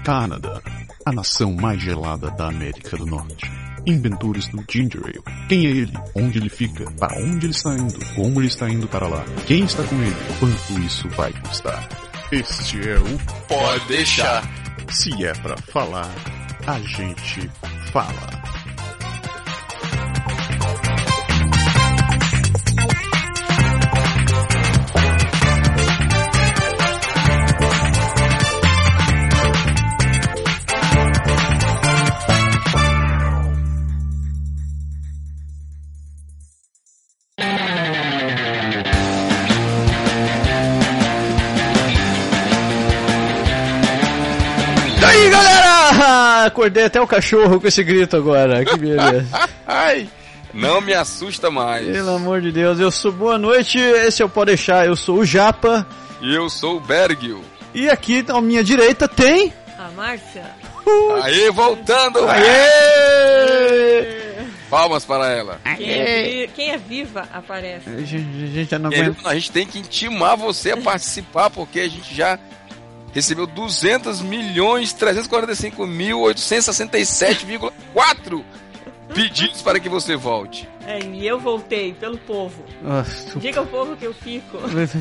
Canadá, a nação mais gelada da América do Norte. Inventores do Ginger Ale. Quem é ele? Onde ele fica? Para onde ele está indo? Como ele está indo para lá? Quem está com ele? Quanto isso vai custar? Este é o Pode Deixar. Se é pra falar, a gente fala. Acordei até o cachorro com esse grito agora, que beleza. Ai, não me assusta mais. Pelo amor de Deus, eu sou boa noite, esse é o Pode Deixar, eu sou o Japa. E eu sou o Bergil. E aqui à minha direita tem... a Márcia. Aê, voltando! Aê! Palmas para ela. Quem é viva aparece. A gente já não aguenta. A gente tem que intimar você a participar, porque a gente já recebeu 200.345.867,4 pedidos para que você volte. E eu voltei pelo povo. Diga ao povo que eu fico.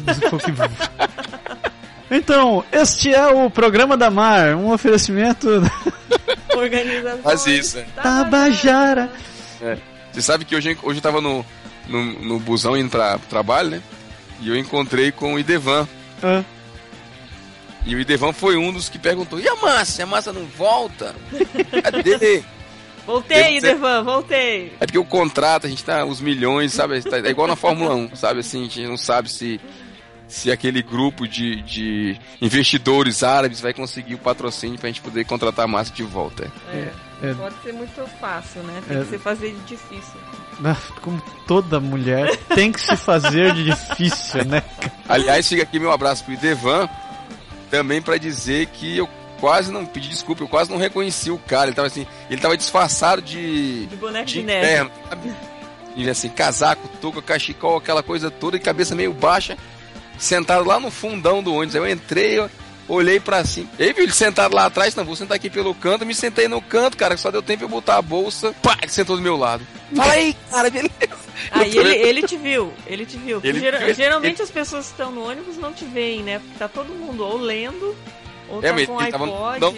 Então, este é o Programa da Mar, um oferecimento... Organização. Faz isso, né? Tabajara. Você sabe que hoje eu tava no busão indo para trabalho, né? E eu encontrei com o Idevan. E o Idevan foi um dos que perguntou: e a Márcia? A Márcia não volta? Cadê? Voltei, Idevan, voltei. É porque o contrato, a gente tá os milhões, sabe? É igual na Fórmula 1, sabe? Assim, a gente não sabe se aquele grupo de investidores árabes vai conseguir o patrocínio pra gente poder contratar a Márcia de volta. Pode ser muito fácil, né? Tem que se fazer de difícil. Como toda mulher tem que se fazer de difícil, né? Aliás, fica aqui meu abraço pro Idevan, também pra dizer que eu quase não pedi desculpa, eu quase não reconheci o cara. Ele tava disfarçado de boneco de neve. E assim, casaco, touca, cachecol, aquela coisa toda, e cabeça meio baixa, sentado lá no fundão do ônibus. Aí eu entrei, olhei pra cima. Aí vi ele sentado lá atrás, não, vou sentar aqui pelo canto. Me sentei no canto, cara, só deu tempo eu botar a bolsa. Pá, ele sentou do meu lado. Fala aí, cara, beleza. Aí ele te viu. Geralmente as pessoas que estão no ônibus não te veem, né? Porque tá todo mundo ou lendo, ou tá com iPod.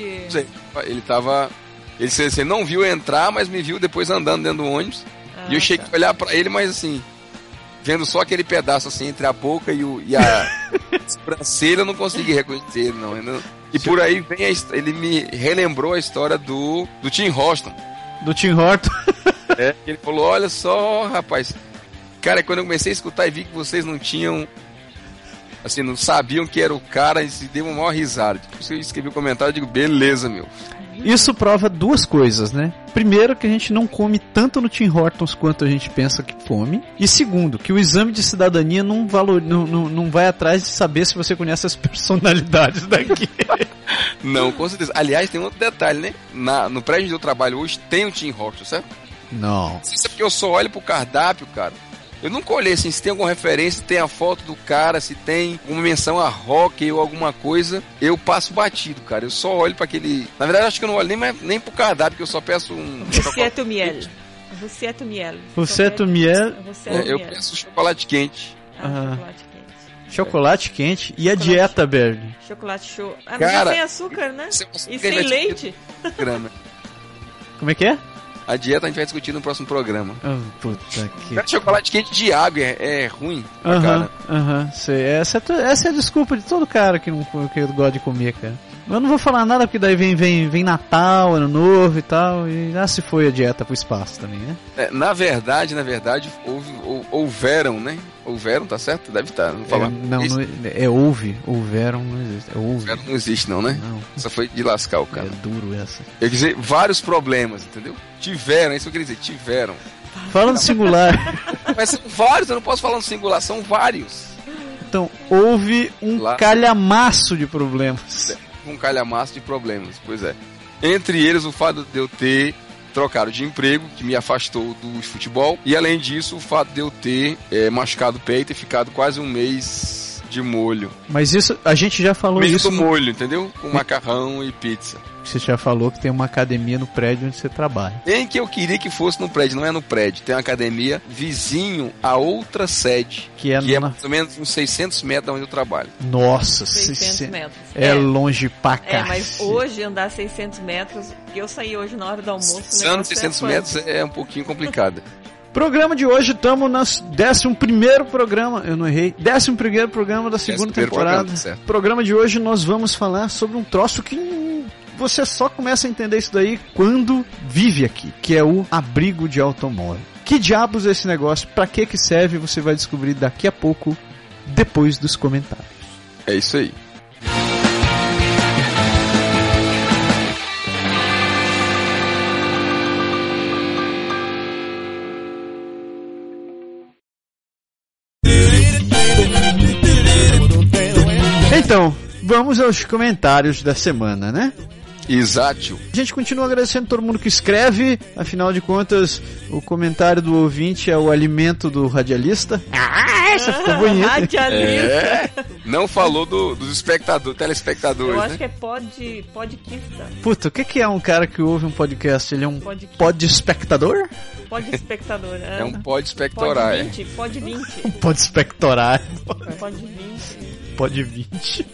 Ele não viu entrar, mas me viu depois andando dentro do ônibus. E eu cheguei a olhar pra ele, mas assim, vendo só aquele pedaço assim entre a boca e a sobrancelha, eu não consegui reconhecer ele, não. E por aí vem ele me relembrou a história do Tim Horton. Do Tim Horton? Ele falou: olha só, rapaz, cara, quando eu comecei a escutar e vi que vocês não tinham, assim, não sabiam que era o cara, e se deu uma maior risada. Depois eu escrevi o comentário e digo: beleza, meu. Isso prova duas coisas, né? Primeiro, que a gente não come tanto no Tim Hortons quanto a gente pensa que come. E segundo, que o exame de cidadania não vai atrás de saber se você conhece as personalidades daqui. Não, com certeza. Aliás, tem um outro detalhe, né? No prédio onde eu trabalho hoje tem um Tim Hortons, certo? Não. Isso é porque eu só olho pro cardápio, cara. Eu nunca olhei assim, se tem alguma referência, se tem a foto do cara, se tem uma menção a rock ou alguma coisa, eu passo batido, cara. Eu só olho pra aquele... Na verdade, acho que eu não olho nem pro cardápio, porque eu só peço um... Rosseto miel. Eu peço chocolate quente. Chocolate quente. Chocolate quente e a dieta, Berg? Chocolate show. Cara, sem açúcar, né? E sem leite. Como é que é? A dieta a gente vai discutir no próximo programa. Puta que... Chocolate quente de água é ruim. Essa é a desculpa de todo cara que gosta de comer, cara. Eu não vou falar nada porque daí vem Natal, Ano Novo e tal, e se foi a dieta pro espaço também, né? Na verdade, houveram, né? Houveram, tá certo? Deve estar, não falar. Houveram não existe. Houveram não existe não, né? Não. Só foi de lascar o cara. É duro essa. Eu quer dizer, vários problemas, entendeu? Tiveram, é isso que eu queria dizer, tiveram. Fala no singular. Mas são vários, eu não posso falar no singular, são vários. Então, houve um calhamaço de problemas. Um calhamaço de problemas, pois é. Entre eles, o fato de eu ter trocado de emprego, que me afastou do futebol, e além disso, o fato de eu ter machucado o pé e ter ficado quase um mês de molho. Mas isso, a gente já falou Meio isso. do molho, entendeu? Com macarrão e pizza. Você já falou que tem uma academia no prédio onde você trabalha. Bem que eu queria que fosse no prédio, não é no prédio. Tem uma academia vizinho a outra sede, Que é mais ou menos uns 600 metros de onde eu trabalho. Nossa, 600 metros. É longe pra cá. Mas hoje andar 600 metros, eu saí hoje na hora do almoço. Andando 600 metros é um pouquinho complicado. Programa de hoje, estamos no 11º programa, eu não errei, 11º programa da segunda temporada. Programa de hoje nós vamos falar sobre um troço que você só começa a entender isso daí quando vive aqui, que é o abrigo de automóvel. Que diabos é esse negócio? Pra que serve? Você vai descobrir daqui a pouco, depois dos comentários. É isso aí. Então, vamos aos comentários da semana, né? Exato. A gente continua agradecendo todo mundo que escreve, afinal de contas, o comentário do ouvinte é o alimento do radialista. Essa ficou bonita. Radialista. Não falou dos espectadores, telespectadores. Eu acho né? que é podquista. Puta, o que é um cara que ouve um podcast? Ele é um pod-espectador? Pod-espectador, é. É um pod-espectorar. Pod 20. Um pod-espectorar. Pod 20. Pod 20.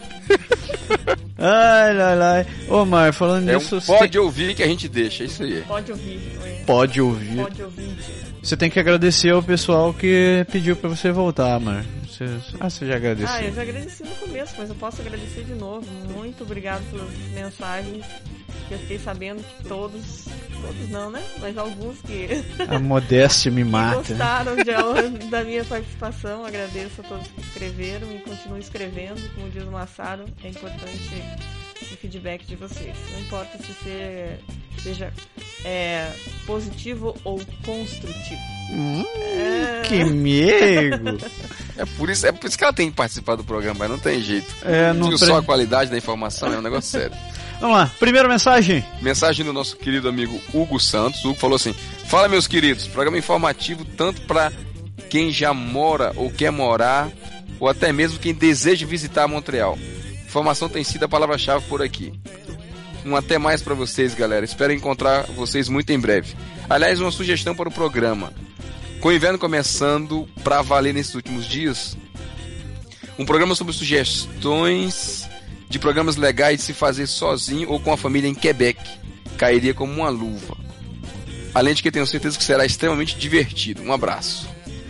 Ai. Ô, Mar, falando nisso... Pode ouvir que a gente deixa, é isso aí. Pode ouvir. Pode ouvir. Pode ouvir. Você tem que agradecer ao pessoal que pediu pra você voltar, Mar. Você já agradeceu. Eu já agradeci no começo, mas eu posso agradecer de novo. Muito obrigado pelas mensagens. Eu fiquei sabendo que todos não, né? Mas alguns que... A modéstia me mata. Gostaram da minha participação. Agradeço a todos que escreveram e continuem escrevendo. Como diz o Massaro, é importante o feedback de vocês. Não importa se seja positivo ou construtivo. Que medo! É por isso que ela tem que participar do programa, mas não tem jeito. Não só a qualidade da informação é um negócio sério. Vamos lá, primeira mensagem. Mensagem do nosso querido amigo Hugo Santos. O Hugo falou assim: fala, meus queridos, programa informativo tanto para quem já mora ou quer morar, ou até mesmo quem deseja visitar Montreal. Informação tem sido a palavra-chave por aqui. Um até mais para vocês, galera. Espero encontrar vocês muito em breve. Aliás, uma sugestão para o programa. Com o inverno começando para valer nesses últimos dias, um programa sobre sugestões de programas legais de se fazer sozinho ou com a família em Quebec. Cairia como uma luva. Além de que tenho certeza que será extremamente divertido. Um abraço.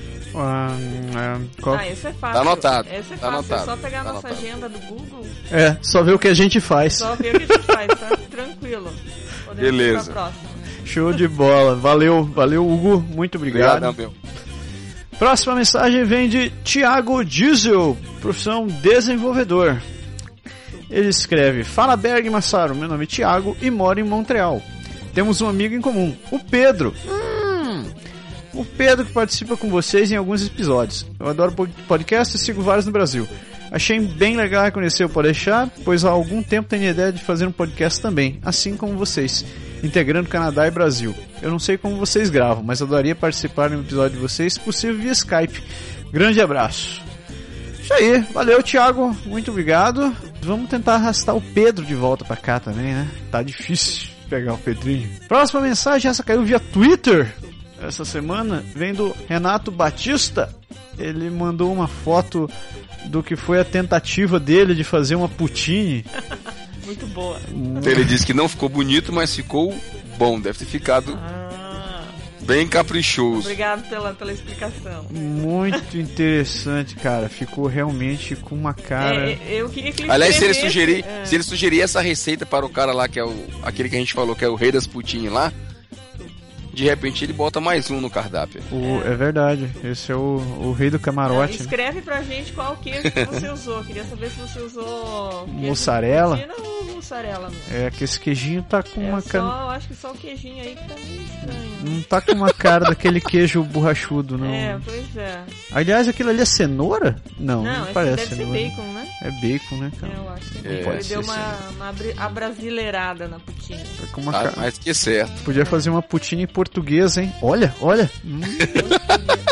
Isso é fácil. Tá anotado. Esse é tá fácil. anotado. É só pegar tá a nossa anotado. agenda do Google. Só ver o que a gente faz. Só ver o que a gente faz, tá? Tranquilo. Podemos Beleza. ir pra próxima. Show de bola. Valeu, Hugo. Muito obrigado. Obrigado, meu. Próxima mensagem vem de Thiago Diesel, profissão desenvolvedor. Ele escreve: Fala, Berg e Massaro, meu nome é Thiago e moro em Montreal. Temos um amigo em comum, o Pedro. O Pedro que participa com vocês em alguns episódios. Eu adoro podcast e sigo vários no Brasil. Achei bem legal conhecer o Podeixar, pois há algum tempo tenho a ideia de fazer um podcast também, assim como vocês, integrando Canadá e Brasil. Eu não sei como vocês gravam, mas adoraria participar de um episódio de vocês, se possível via Skype. Grande abraço. Isso aí, valeu, Thiago, muito obrigado. Vamos tentar arrastar o Pedro de volta pra cá também, né? Tá difícil pegar o Pedrinho. Próxima mensagem, essa caiu via Twitter essa semana, vem do Renato Batista. Ele mandou uma foto do que foi a tentativa dele de fazer uma poutine. Muito boa. Ele disse que não ficou bonito, mas ficou bom. Deve ter ficado bem caprichoso. Obrigado pela explicação. Muito interessante, cara. Ficou realmente com uma cara... Eu queria que ele Aliás, se escrevesse, ele sugerir essa receita para o cara lá, que é aquele que a gente falou que é o rei das poutine lá, de repente ele bota mais um no cardápio. É verdade, esse é o rei do camarote. Escreve pra gente qual queijo que você usou. Queria saber se você usou mussarela ou mussarela. É que esse queijinho tá com uma cara... acho que só o queijinho aí que tá meio estranho. Não tá com uma cara daquele queijo borrachudo, não. Pois é. Aliás, aquilo ali é cenoura? Não parece deve cenoura. Ser bacon, né? É bacon, né, cara? Eu acho que ele deu uma abrasileirada na poutine. Com uma mas que certo. Podia fazer uma poutine portuguesa, hein? Olha. Portuguesa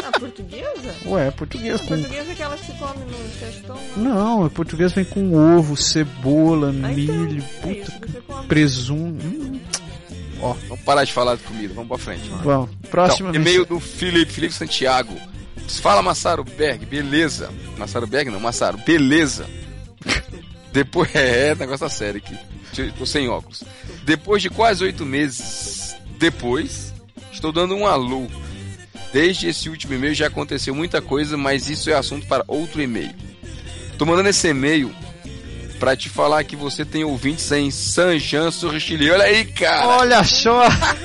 portuguesa? Ué, português A com... portuguesa é que ela se come no testão, Não, o português vem com ovo, cebola, Ah, milho, então, é puta, isso, você come. presunto. Ó, Vamos parar de falar de comida, vamos pra frente. vamos. Próxima Então, e-mail do Felipe Santiago. Fala, Massaro Berg, beleza. Massaro Berg não, Massaro, beleza. Depois, negócio da série aqui. Tô sem óculos. Depois de quase 8 meses depois, estou dando um alô. Desde esse último e-mail já aconteceu muita coisa, mas isso é assunto para outro e-mail. Tô mandando esse e-mail pra te falar que você tem ouvintes em Saint-Jean-sur-Richelieu. Olha aí, cara! Olha só!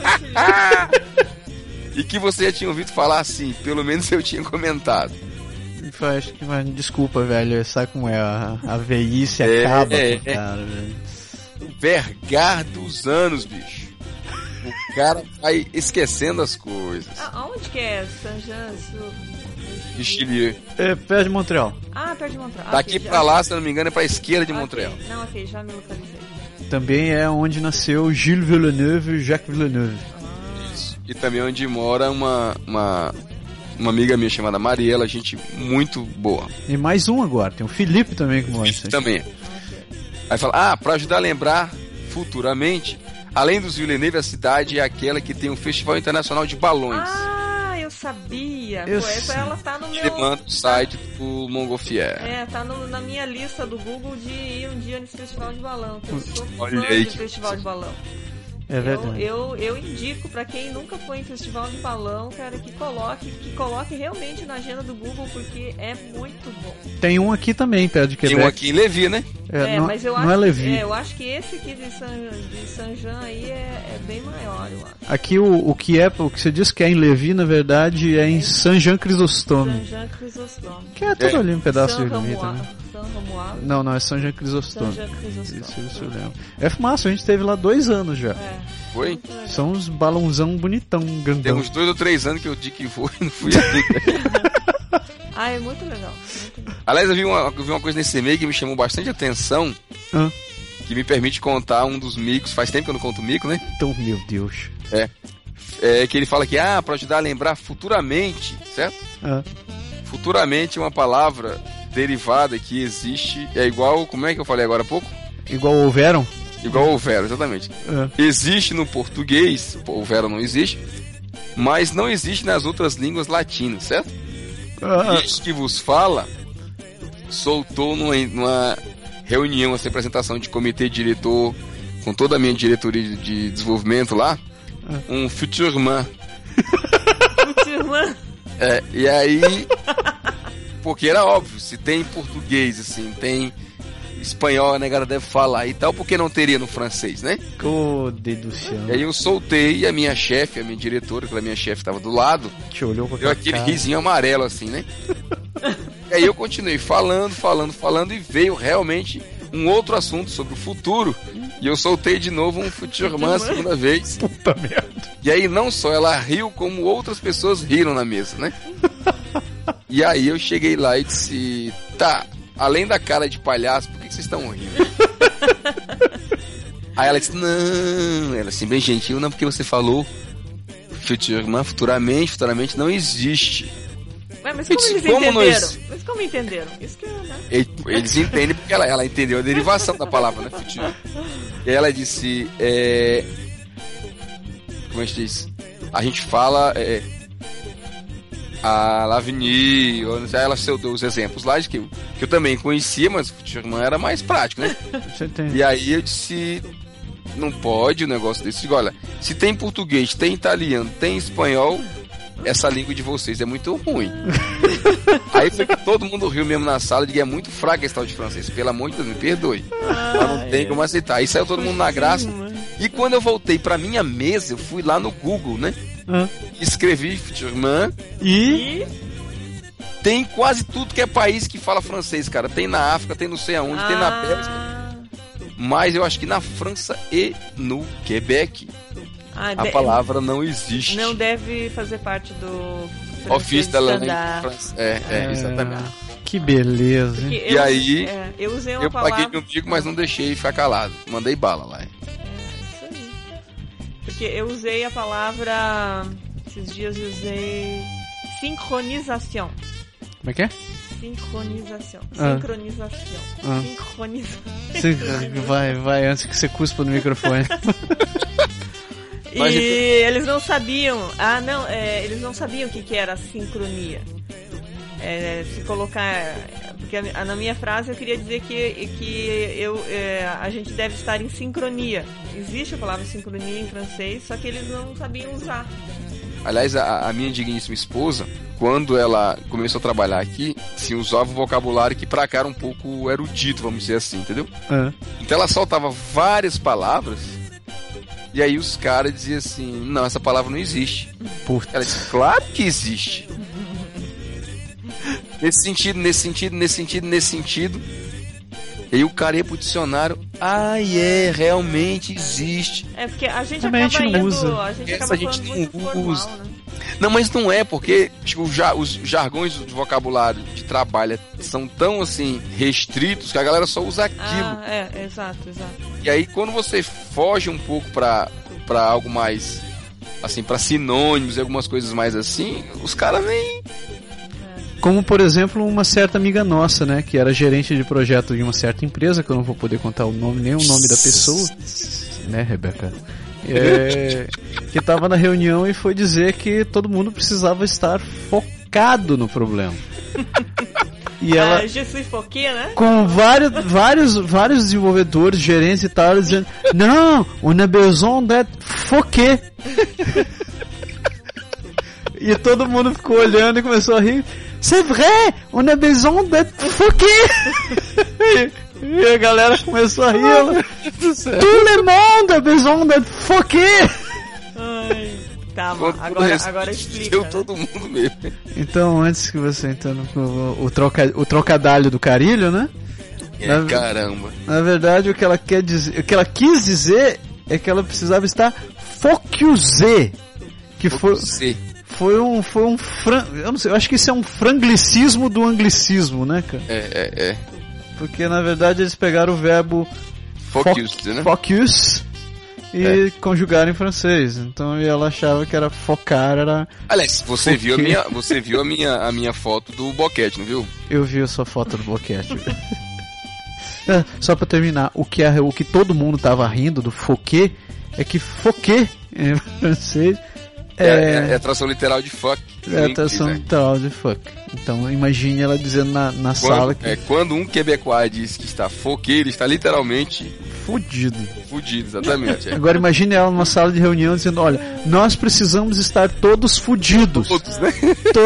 E que você já tinha ouvido falar assim, pelo menos eu tinha comentado. Acho que, mas, desculpa, velho, sabe como é? A velhice É, acaba com é. o cara, velho. Vergar dos anos, bicho. O cara vai esquecendo as coisas. Aonde que é? Saint-Jean? Richelieu. É perto de Montreal. Ah, perto de Montreal. Daqui Ok, pra lá, se eu não me engano, é pra esquerda de Montreal. Ok. Não, ok, já me localizei. Também é onde nasceu Gilles Villeneuve e Jacques Villeneuve. Isso. E também onde mora uma amiga minha chamada Mariela, gente muito boa. E mais um agora, tem o Felipe também que mora em Também. Aí fala, pra ajudar a lembrar futuramente, além dos Villeneuve, a cidade é aquela que tem um Festival Internacional de Balões. Ah, eu sabia. Eu Pô, essa sei. ela tá no Ele meu... manda o site do Montgolfier. É, tá na minha lista do Google de ir um dia nesse festival de balão. Que eu sou Olha fã aí de que- festival de balão. É verdade. Eu indico pra quem nunca foi em festival de balão, cara, que coloque realmente na agenda do Google, porque é muito bom. Tem um aqui também, perto de Tem Quebec. um aqui em Levi, né? Não, mas eu não acho é Levi. eu acho que esse aqui de Saint-Jean aí é bem maior, eu acho. Aqui o que você diz que é em Levi, na verdade, é em Saint-Jean-Chrysostome. Saint-Jean Chrysostome. Que é tudo ali um pedaço de Levi Saint-Romuald. também. Saint-Romuald. Não, é Saint-Jean-Chrysostome. Saint-Jean Chrysostome. Isso eu lembro. É fumaça, a gente teve lá 2 anos já. Foi? Muito legal. São uns balãozão bonitão, grandão. Tem uns 2 ou 3 anos que eu digo que vou e não fui ainda. Ah, é muito legal. Muito legal. Aliás, eu vi uma coisa nesse e-mail que me chamou bastante atenção, Hã? que me permite contar um dos micos. Faz tempo que eu não conto mico, né? Então, meu Deus. É que ele fala que, pra ajudar a lembrar futuramente, certo? Ah, Futuramente é uma palavra derivada que existe, é igual, como é que eu falei agora há pouco? igual houveram? Igual o vero, exatamente. Ah, Existe no português, o vero não existe, mas não existe nas outras línguas latinas, certo? Isso que vos fala soltou numa reunião, essa apresentação de comitê diretor, com toda a minha diretoria de desenvolvimento lá, um futurman. Irmã. E aí, porque era óbvio, se tem português, assim, tem espanhol, a negada deve falar e tal, porque não teria no francês, né? Ô, dedução. E aí eu soltei e a minha chefe, a minha diretora, que a minha chefe estava do lado, Te olhou com deu aquele risinho amarelo assim, né? E aí eu continuei falando e veio realmente um outro assunto sobre o futuro. E eu soltei de novo um futurman a segunda vez. Puta merda. E aí não só ela riu, como outras pessoas riram na mesa, né? E aí eu cheguei lá e disse, além da cara de palhaço, por que vocês estão rindo? Aí ela disse, não, ela assim, bem gentil, não, porque você falou futuramente não existe. Ué, mas Eu como disse, eles como entenderam? nós- Mas como entenderam? Isso que é, né? Eles entendem porque ela entendeu a derivação da palavra, né, futuro. E aí ela disse, como a gente diz? A gente fala a l'avenir, ou não sei, ela deu os exemplos lá de que eu também conhecia, mas o futurman era mais prático, né? Você tem. E aí eu disse, não pode um negócio desse. Digo, olha, se tem português, tem italiano, tem espanhol, essa língua de vocês é muito ruim. Aí foi que todo mundo riu mesmo na sala, digo, é muito fraco esse tal de francês, pelo amor de Deus, me perdoe. Mas não tem como aceitar. Aí saiu todo mundo na graça. E quando eu voltei pra minha mesa, eu fui lá no Google, né? Escrevi futurman. E Tem quase tudo que é país que fala francês, cara. Tem na África, tem não sei aonde, tem na Bélgica. Mas eu acho que na França e no Quebec a palavra não existe. Não deve fazer parte do Ofício da língua standard. francesa. Exatamente. que beleza, hein? Porque E aí, eu usei uma Eu palavra. paguei meu bico, mas não deixei ficar calado. Mandei bala lá. Isso aí. Porque eu usei a palavra. Esses dias eu usei Sincronização. Como é que é? Sincronização. Ah. Sincronização. Ah. Sincronização. Vai, antes que você cuspa no microfone. E eles não sabiam. Eles não sabiam o que era sincronia. Se colocar. Porque na minha frase eu queria dizer que a gente deve estar em sincronia. Existe a palavra sincronia em francês, só que eles não sabiam usar. Aliás, a minha digníssima esposa, quando ela começou a trabalhar aqui, se usava um vocabulário que pra cá era um pouco erudito, vamos dizer assim, entendeu? Então ela soltava várias palavras, e aí os caras diziam assim, não, essa palavra não existe. Puta. Ela disse, claro que existe. Nesse sentido. E aí o cara ia pro dicionário, realmente existe. Porque a gente realmente acaba não indo, usa. a gente Essa acaba a gente falando não muito formal, usa. né? Não, mas não é, porque tipo, os jargões do vocabulário de trabalho são tão assim restritos que a galera só usa aquilo. Exato. E aí quando você foge um pouco pra algo mais assim, pra sinônimos e algumas coisas mais assim, os caras nem... Como, por exemplo, uma certa amiga nossa, né? Que era gerente de projeto de uma certa empresa, que eu não vou poder contar o nome, nem o nome da pessoa. Né, Rebeca? Que estava na reunião e foi dizer que todo mundo precisava estar focado no problema. E ela... Je suis foqué, né? Com vários desenvolvedores, gerentes e tal, dizendo, não, on a besoin d'être foqué. E todo mundo ficou olhando e começou a rir. C'est vrai, on a besoin d'être foqué. E a galera começou a rir. Tout le monde a besoin d'être foqué. Ai, tá, agora explica. Deu né? todo mundo mesmo. Então, antes que você entre no o trocadilho do carilho, né? Caramba. Na verdade, o que ela quis dizer é que ela precisava estar focusé. Que foi um eu não sei, eu acho que isso é um franglicismo do anglicismo, né, cara? É. Porque na verdade eles pegaram o verbo focus e conjugaram em francês. Então ela achava que era focar, era... Aliás, você viu a minha foto do boquete, não viu? Eu vi a sua foto do boquete. Só pra terminar, o que todo mundo tava rindo do foquet é que foquet em francês é a tradução literal de fuck. É a tradução literal de fuck. Então imagine ela dizendo na sala que... Quando um quebecois diz que está foquê, ele está literalmente... Fudido, exatamente. Agora imagine ela numa sala de reunião dizendo, olha, nós precisamos estar todos fudidos. Todos, né?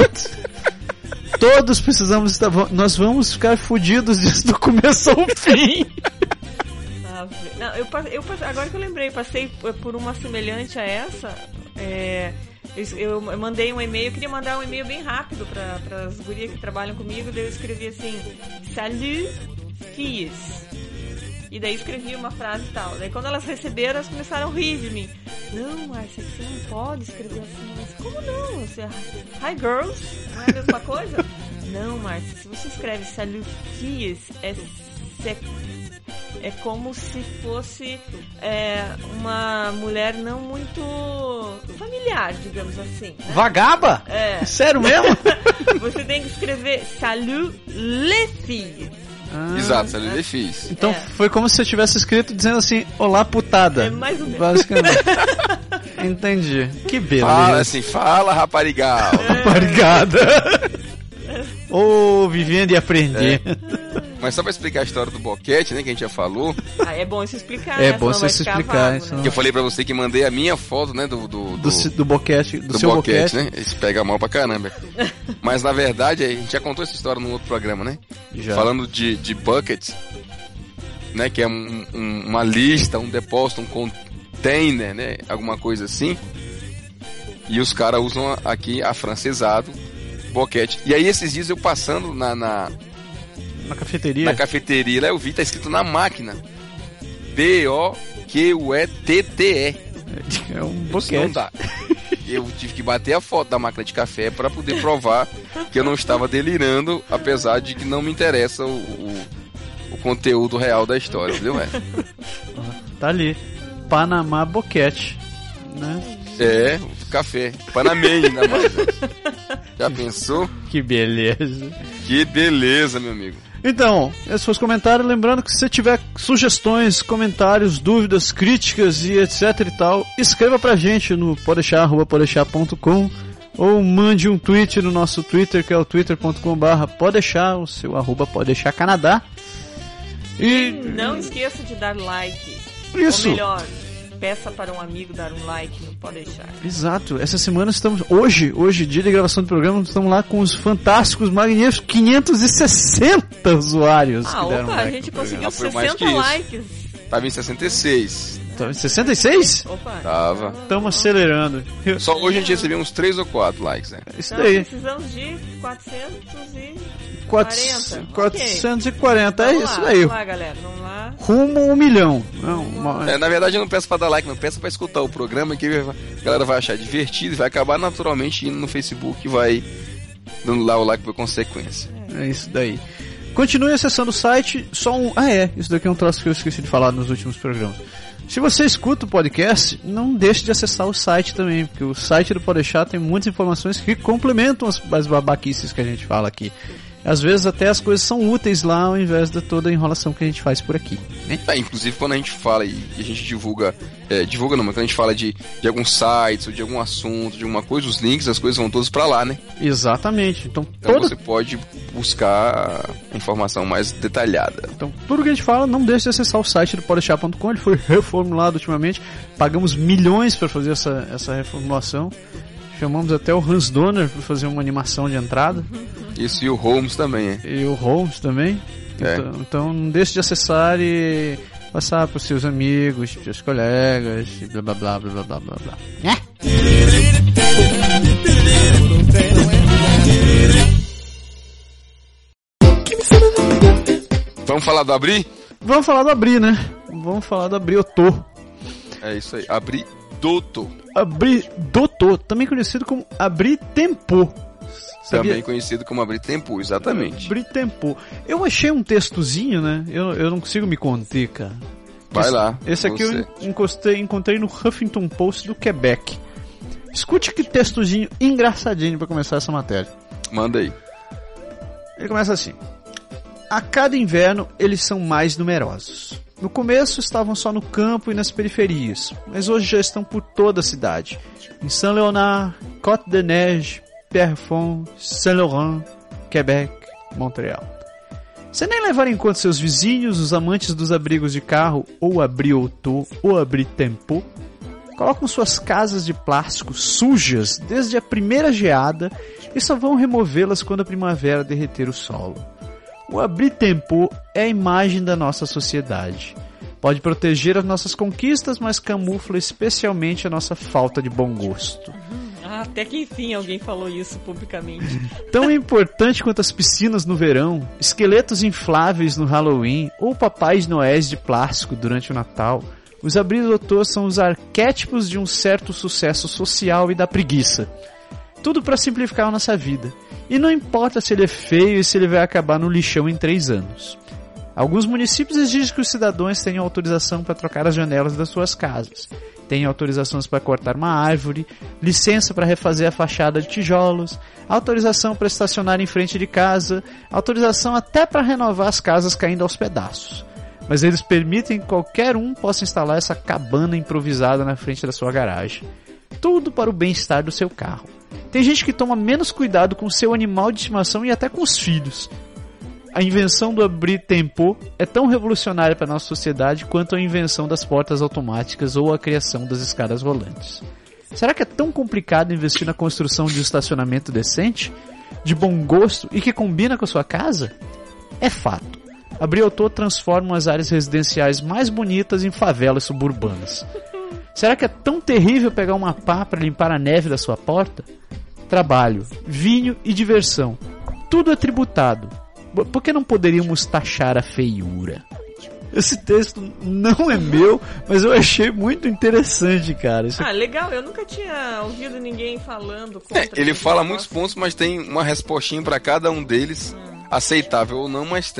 Todos precisamos estar... Nós vamos ficar fudidos disso do começo ao fim. Não, agora que eu lembrei, passei por uma semelhante a essa. Eu mandei um e-mail, eu queria mandar um e-mail bem rápido para as gurias que trabalham comigo, daí eu escrevi assim, salut filles, e daí escrevi uma frase e tal. Daí quando elas receberam, elas começaram a rir de mim. Não, Márcia, você não pode escrever assim. Mas como não? Hi girls, não é a mesma coisa? Não, Márcia, se você escreve salut filles, é como se fosse uma mulher não muito familiar, digamos assim, né? Vagaba? Sério mesmo? Você tem que escrever salut les filles. Exato, salut les filles. Então foi como se eu tivesse escrito dizendo assim, olá putada. Mais ou menos. Basicamente. Entendi. Que beleza. Fala raparigal. Raparigada. Vivendo e aprendendo. Mas só pra explicar a história do boquete, né, que a gente já falou. É bom isso explicar. É bom você explicar. Vago, né? Que eu falei pra você que mandei a minha foto, né, do boquete, do seu boquete, né? Isso pega mal pra caramba. Mas na verdade, a gente já contou essa história num outro programa, né? Já. Falando de buckets, né, que é uma lista, um depósito, um container, né, alguma coisa assim. E os caras usam aqui afrancesado boquete. E aí esses dias eu passando na cafeteria. Na cafeteria, lá eu vi, tá escrito na máquina. B-O-Q-U-E-T-T-E. É um boquete. Não dá. Eu tive que bater a foto da máquina de café pra poder provar que eu não estava delirando, apesar de que não me interessa o conteúdo real da história, entendeu? Tá ali. Panamá Boquete, né? É, café. Panamê ainda mais. Né? Já pensou? Que beleza. Que beleza, meu amigo. Então, esses foram os comentários. Lembrando que se você tiver sugestões, comentários, dúvidas, críticas e etc e tal, escreva pra gente no podeixar@podeixar.com ou mande um tweet no nosso Twitter, que é o twitter.com/podeixar, o seu @podeixarcanadá. E não esqueça de dar like. Isso. Ou melhor, peça para um amigo dar um like no Pode Deixar. Exato. Essa semana estamos... Hoje, dia de gravação do programa, estamos lá com os fantásticos, magníficos 560 usuários que deram like. A gente conseguiu foi 60 likes. Tava em 66. Tava em 66? Opa. Tava. Estamos acelerando. Só hoje a gente recebeu uns 3 ou 4 likes, né? Isso Então, daí. precisamos de 440. 440, é isso daí. Vamos lá, galera, vamos lá. Rumo 1 milhão. Na verdade eu não peço pra dar like, não peço pra escutar o programa, que a galera vai achar divertido e vai acabar naturalmente indo no Facebook e vai dando lá o like por consequência. É isso daí. Continue acessando o site, isso daqui é um troço que eu esqueci de falar nos últimos programas. Se você escuta o podcast, não deixe de acessar o site também, porque o site do Pode Deixar tem muitas informações que complementam as babaquices que a gente fala aqui. Às vezes até as coisas são úteis lá ao invés de toda a enrolação que a gente faz por aqui, né? Inclusive quando a gente fala e a gente divulga, mas quando a gente fala de alguns sites ou de algum assunto, de alguma coisa, os links, as coisas vão todos pra lá, né? Exatamente. Então você pode buscar a informação mais detalhada. Então tudo que a gente fala, não deixe de acessar o site do podeixar.com, ele foi reformulado ultimamente, pagamos milhões para fazer essa reformulação. Chamamos até o Hans Donner para fazer uma animação de entrada. Isso, e o Holmes também, hein? E o Holmes também. É. Então não deixe de acessar e passar para os seus amigos, para os seus colegas, e blá blá blá blá blá blá blá. Vamos falar do Abri? Vamos falar do Abri, né? Vamos falar do Abriotô. É isso aí, Abri Dotô. Abri Dotô, também conhecido como Abri Tempo. Também conhecido como Abri Tempo, exatamente. Abri Tempo. Eu achei um textozinho, né? Eu não consigo me conter, cara. Vai lá. Esse aqui eu encontrei no Huffington Post do Quebec. Escute que textozinho engraçadinho pra começar essa matéria. Manda aí. Ele começa assim: a cada inverno eles são mais numerosos. No começo estavam só no campo e nas periferias, mas hoje já estão por toda a cidade. Em Saint-Léonard, Côte-des-Neiges, Pierrefonds, Saint-Laurent, Quebec, Montreal. Sem nem levar em conta seus vizinhos, os amantes dos abrigos de carro, ou Abriotô, ou Abri Tempo, colocam suas casas de plástico sujas desde a primeira geada e só vão removê-las quando a primavera derreter o solo. O Abri Tempo é a imagem da nossa sociedade. Pode proteger as nossas conquistas, mas camufla especialmente a nossa falta de bom gosto. Até que enfim alguém falou isso publicamente. Tão importante quanto as piscinas no verão, esqueletos infláveis no Halloween ou papais noéis de plástico durante o Natal, os Abri-Dotô são os arquétipos de um certo sucesso social e da preguiça. Tudo para simplificar a nossa vida. E não importa se ele é feio e se ele vai acabar no lixão em 3 anos. Alguns municípios exigem que os cidadãos tenham autorização para trocar as janelas das suas casas. Tenham autorizações para cortar uma árvore, licença para refazer a fachada de tijolos, autorização para estacionar em frente de casa, autorização até para renovar as casas caindo aos pedaços. Mas eles permitem que qualquer um possa instalar essa cabana improvisada na frente da sua garagem. Tudo para o bem-estar do seu carro. Tem gente que toma menos cuidado com o seu animal de estimação e até com os filhos. A invenção do Abri Tempo é tão revolucionária para a nossa sociedade quanto a invenção das portas automáticas ou a criação das escadas rolantes. Será que é tão complicado investir na construção de um estacionamento decente, de bom gosto e que combina com a sua casa? É fato. Abriotô transforma as áreas residenciais mais bonitas em favelas suburbanas. Será que é tão terrível pegar uma pá para limpar a neve da sua porta? Trabalho, vinho e diversão. Tudo é tributado. Por que não poderíamos taxar a feiura? Esse texto não é meu, mas eu achei muito interessante, cara. Legal, eu nunca tinha ouvido ninguém falando contra. Ele fala muitos pontos, mas tem uma respostinha para cada um deles, aceitável ou não, mas tem.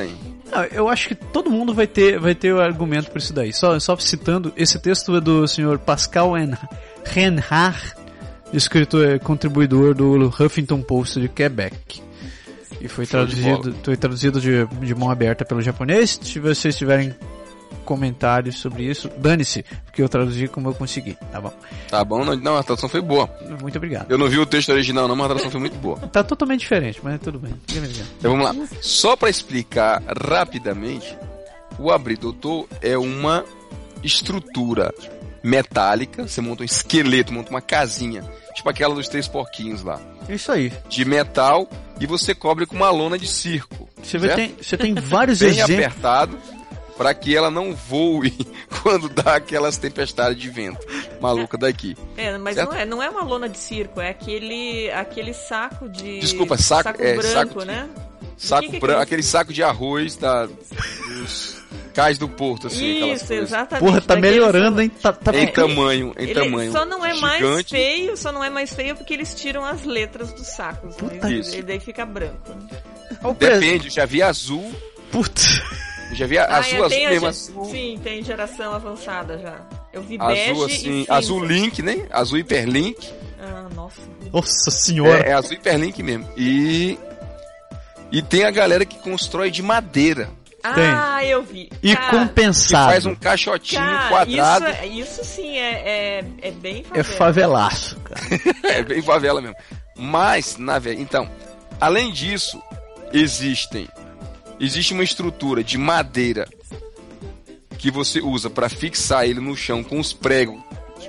Eu acho que todo mundo vai ter o argumento por isso daí. Só citando, esse texto é do senhor Pascal Renard, escritor contribuidor do Huffington Post de Quebec. E foi traduzido de mão aberta pelo japonês. Se vocês tiverem comentários sobre isso, dane-se, porque eu traduzi como eu consegui, tá bom? Tá bom, não, a tradução foi boa. Muito obrigado. Eu não vi o texto original não, mas a tradução foi muito boa. Tá totalmente diferente, mas tudo bem. Então vamos lá. Só pra explicar rapidamente, o abridor é uma estrutura metálica, você monta um esqueleto, monta uma casinha, tipo aquela dos 3 porquinhos lá. Isso aí. De metal, e você cobre com uma lona de circo. Você tem vários bem exemplos. Apertado, para que ela não voe quando dá aquelas tempestades de vento maluca daqui. Mas não é uma lona de circo, é aquele saco de... Desculpa, saco branco, né? Saco branco, aquele saco de arroz dos cais do porto, assim. Isso, exatamente. Porra, tá melhorando, hein? Tá em tamanho. Só não é gigante. mais feio porque eles tiram as letras dos sacos. E daí fica branco. Né? Depende, já vi azul. Putz. Já vi azul mesmo. Azul. Sim, tem geração avançada já. Eu vi bege azul, assim, azul link, né? Azul hiperlink. Ah, nossa. Nossa senhora. É azul hiperlink mesmo. E tem a galera que constrói de madeira. Eu vi. E compensado. Que faz um caixotinho quadrado. Isso sim é bem favela. É favelaço, cara. É bem favela mesmo. Mas, então, além disso, existe uma estrutura de madeira que você usa para fixar ele no chão com os pregos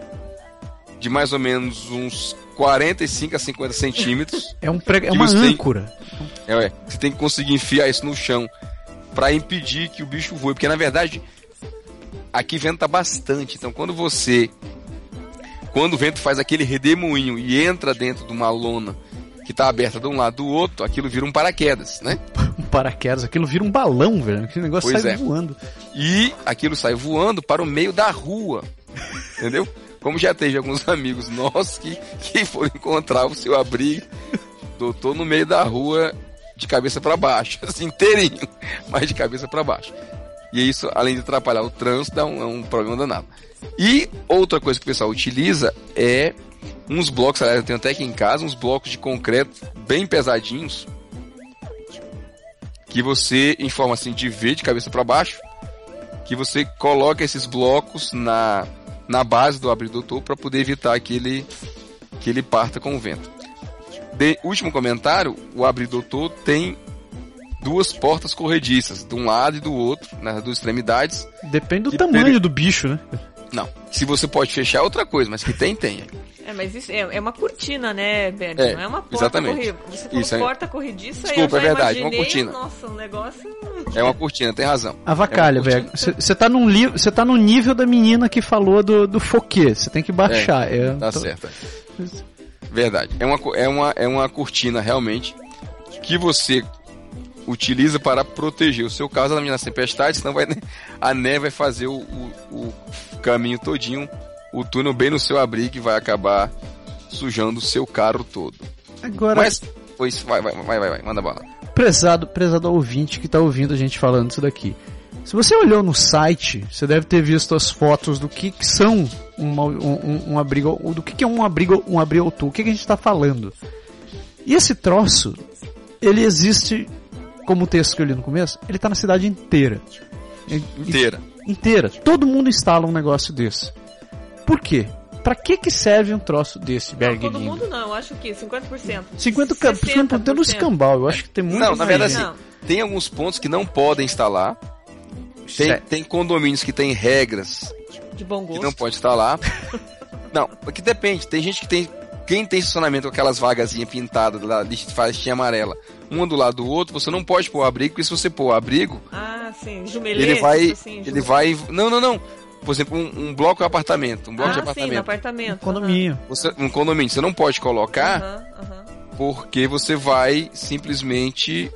de mais ou menos uns 45 a 50 centímetros. É uma âncora. Você tem que conseguir enfiar isso no chão para impedir que o bicho voe, porque na verdade aqui venta bastante. Então quando o vento faz aquele redemoinho e entra dentro de uma lona que tá aberta de um lado do outro, aquilo vira um paraquedas, né? Um paraquedas, aquilo vira um balão, velho. Aquele negócio sai voando. E aquilo sai voando para o meio da rua, entendeu? Como já teve alguns amigos nossos que foram encontrar o seu abrigo, doutor, no meio da rua, de cabeça para baixo, assim, inteirinho, mas de cabeça para baixo. E isso, além de atrapalhar o trânsito, é um problema danado. E outra coisa que o pessoal utiliza é uns blocos, aliás, eu tenho até aqui em casa, uns blocos de concreto bem pesadinhos, que você, em forma assim de V, de cabeça para baixo, que você coloca esses blocos na base do abridor para poder evitar que ele parta com o vento. Último comentário, o abridor tem 2 portas corrediças, de um lado e do outro, nas 2 extremidades. Depende do tamanho do bicho, né? Não, se você pode fechar é outra coisa, mas que tem. Mas isso é uma cortina, né, Bernie? Não é uma porta exatamente. Você falou porta corrediça, desculpa, eu já é verdade, imaginei, uma cortina. Nossa, um negócio... É uma cortina, tem razão. Avacalha, velho. Você tá no nível da menina que falou do foquê. Você tem que baixar. Tá certo. Verdade. É uma cortina, realmente, que você utiliza para proteger o seu carro nas tempestades, senão a neve vai fazer o caminho todinho, o túnel bem no seu abrigo e vai acabar sujando o seu carro todo. Agora... Mas, pois, vai, manda bala. Prezado ouvinte que está ouvindo a gente falando isso daqui. Se você olhou no site, você deve ter visto as fotos do que são um abrigo, do que é um abrigo o que a gente está falando. E esse troço, ele existe, como o texto que eu li no começo, ele está na cidade inteira. Inteira. Todo mundo instala um negócio desse. Por quê? Pra que serve um troço desse, Berg? Todo mundo não, acho que 50%. 50% do escambau, eu acho que tem muito mais. Não, na verdade, assim, tem alguns pontos que não podem instalar. Tem condomínios que tem regras de bom gosto que não pode instalar. Não, porque depende. Tem gente que tem. Quem tem estacionamento com aquelas vagazinhas pintadas lá, de faixinha amarela, um do lado do outro, você não pode pôr o abrigo, porque se você pôr o abrigo. Ah, sim, jumelete. Ele vai. Não. Por exemplo, um bloco de apartamento. Um bloco de apartamento. Sim, no apartamento. Condomínio. Um condomínio. Você não pode colocar porque você vai simplesmente.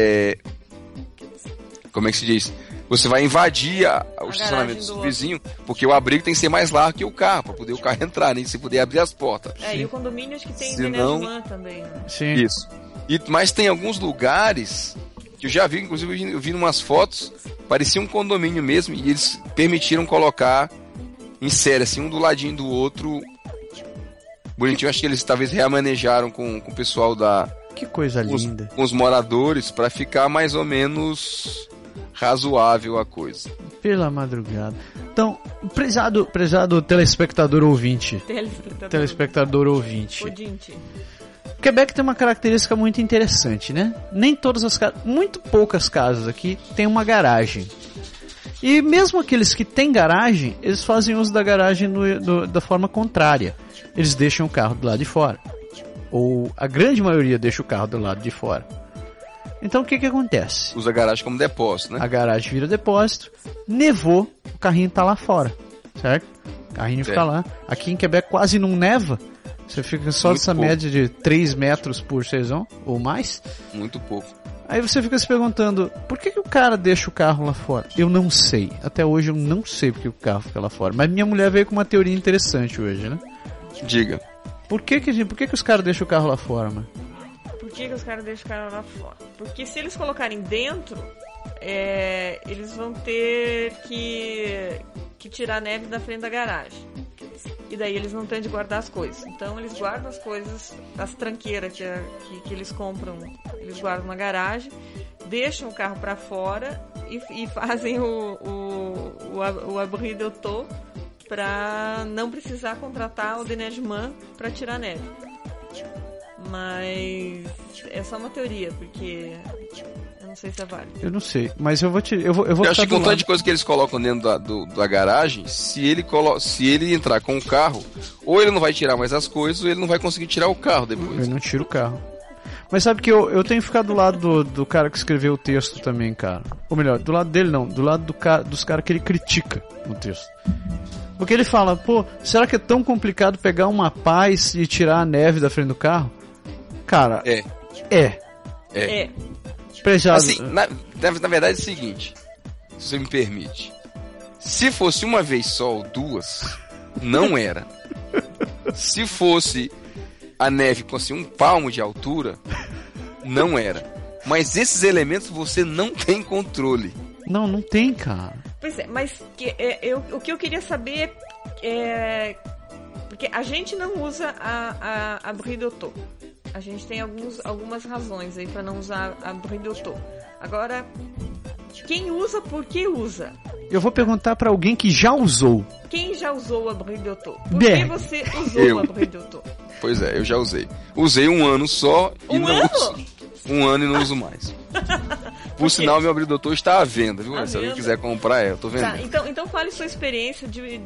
Como é que se diz? Você vai invadir o estacionamento do vizinho, porque o abrigo tem que ser mais largo que o carro, para poder o carro entrar, nem se poder abrir as portas. E o condomínio acho que tem Denezman também. Né? Sim. Isso. Mas tem alguns lugares Que eu já vi, inclusive eu vi umas fotos, parecia um condomínio mesmo, e eles permitiram colocar em série, assim, um do ladinho do outro. Bonitinho, acho que eles talvez reamanejaram com o pessoal da... Que coisa linda. Com os moradores, pra ficar mais ou menos razoável a coisa. Pela madrugada. Então, prezado telespectador ouvinte. Telespectador ouvinte. Odinte. Quebec tem uma característica muito interessante, né? Nem todas as casas, muito poucas casas aqui tem uma garagem. E mesmo aqueles que têm garagem, eles fazem uso da garagem da forma contrária. Eles deixam o carro do lado de fora. Ou a grande maioria deixa o carro do lado de fora. Então o que acontece? Usa a garagem como depósito, né? A garagem vira depósito. Nevou, o carrinho tá lá fora, certo? O carrinho fica lá. Aqui em Quebec quase não neva. Você fica só nessa média de 3 metros por saison, ou mais. Muito pouco. Aí você fica se perguntando, por que o cara deixa o carro lá fora? Eu não sei. Até hoje eu não sei porque o carro fica lá fora. Mas minha mulher veio com uma teoria interessante hoje, né? Diga. Por que os caras deixam o carro lá fora, mano? Por que os caras deixam o carro lá fora? Porque se eles colocarem dentro, eles vão ter que tirar a neve da frente da garagem. E daí eles não têm de guardar as coisas. Então eles guardam as coisas, as tranqueiras que eles compram, eles guardam na garagem, deixam o carro para fora e fazem o abri de auto para não precisar contratar o deneigement para tirar a neve. Mas é só uma teoria, porque eu não sei se é válido. Eu não sei, mas eu vou eu acho que com tanto de coisa que eles colocam dentro da garagem, se ele entrar com o carro, ou ele não vai tirar mais as coisas, ou ele não vai conseguir tirar o carro depois. Ele não tira o carro. Mas sabe que eu tenho ficado do lado do cara que escreveu o texto também, cara. Ou melhor, do lado dele não, do lado dos caras que ele critica no texto. Porque ele fala, pô, será que é tão complicado pegar uma pá e tirar a neve da frente do carro? Cara, é. Prejado. Assim, na verdade é o seguinte, se você me permite. Se fosse uma vez só ou duas, não era. Se fosse a neve com assim, um palmo de altura, não era. Mas esses elementos você não tem controle. Não tem, cara. Pois é, mas o que eu queria saber é... Porque a gente não usa a Brie d'Auto. A gente tem algumas razões aí para não usar a Brie d'Auto. Agora, quem usa, por que usa? Eu vou perguntar para alguém que já usou. Quem já usou a Brie d'Auto? Por que você usou a Brie d'Auto? Pois é, eu já usei. Usei um ano só e não uso. Um ano e não uso mais. Por sinal, meu Brie d'Auto está à venda, viu? Se alguém quiser comprar, eu tô vendendo. Tá, então fale sua experiência de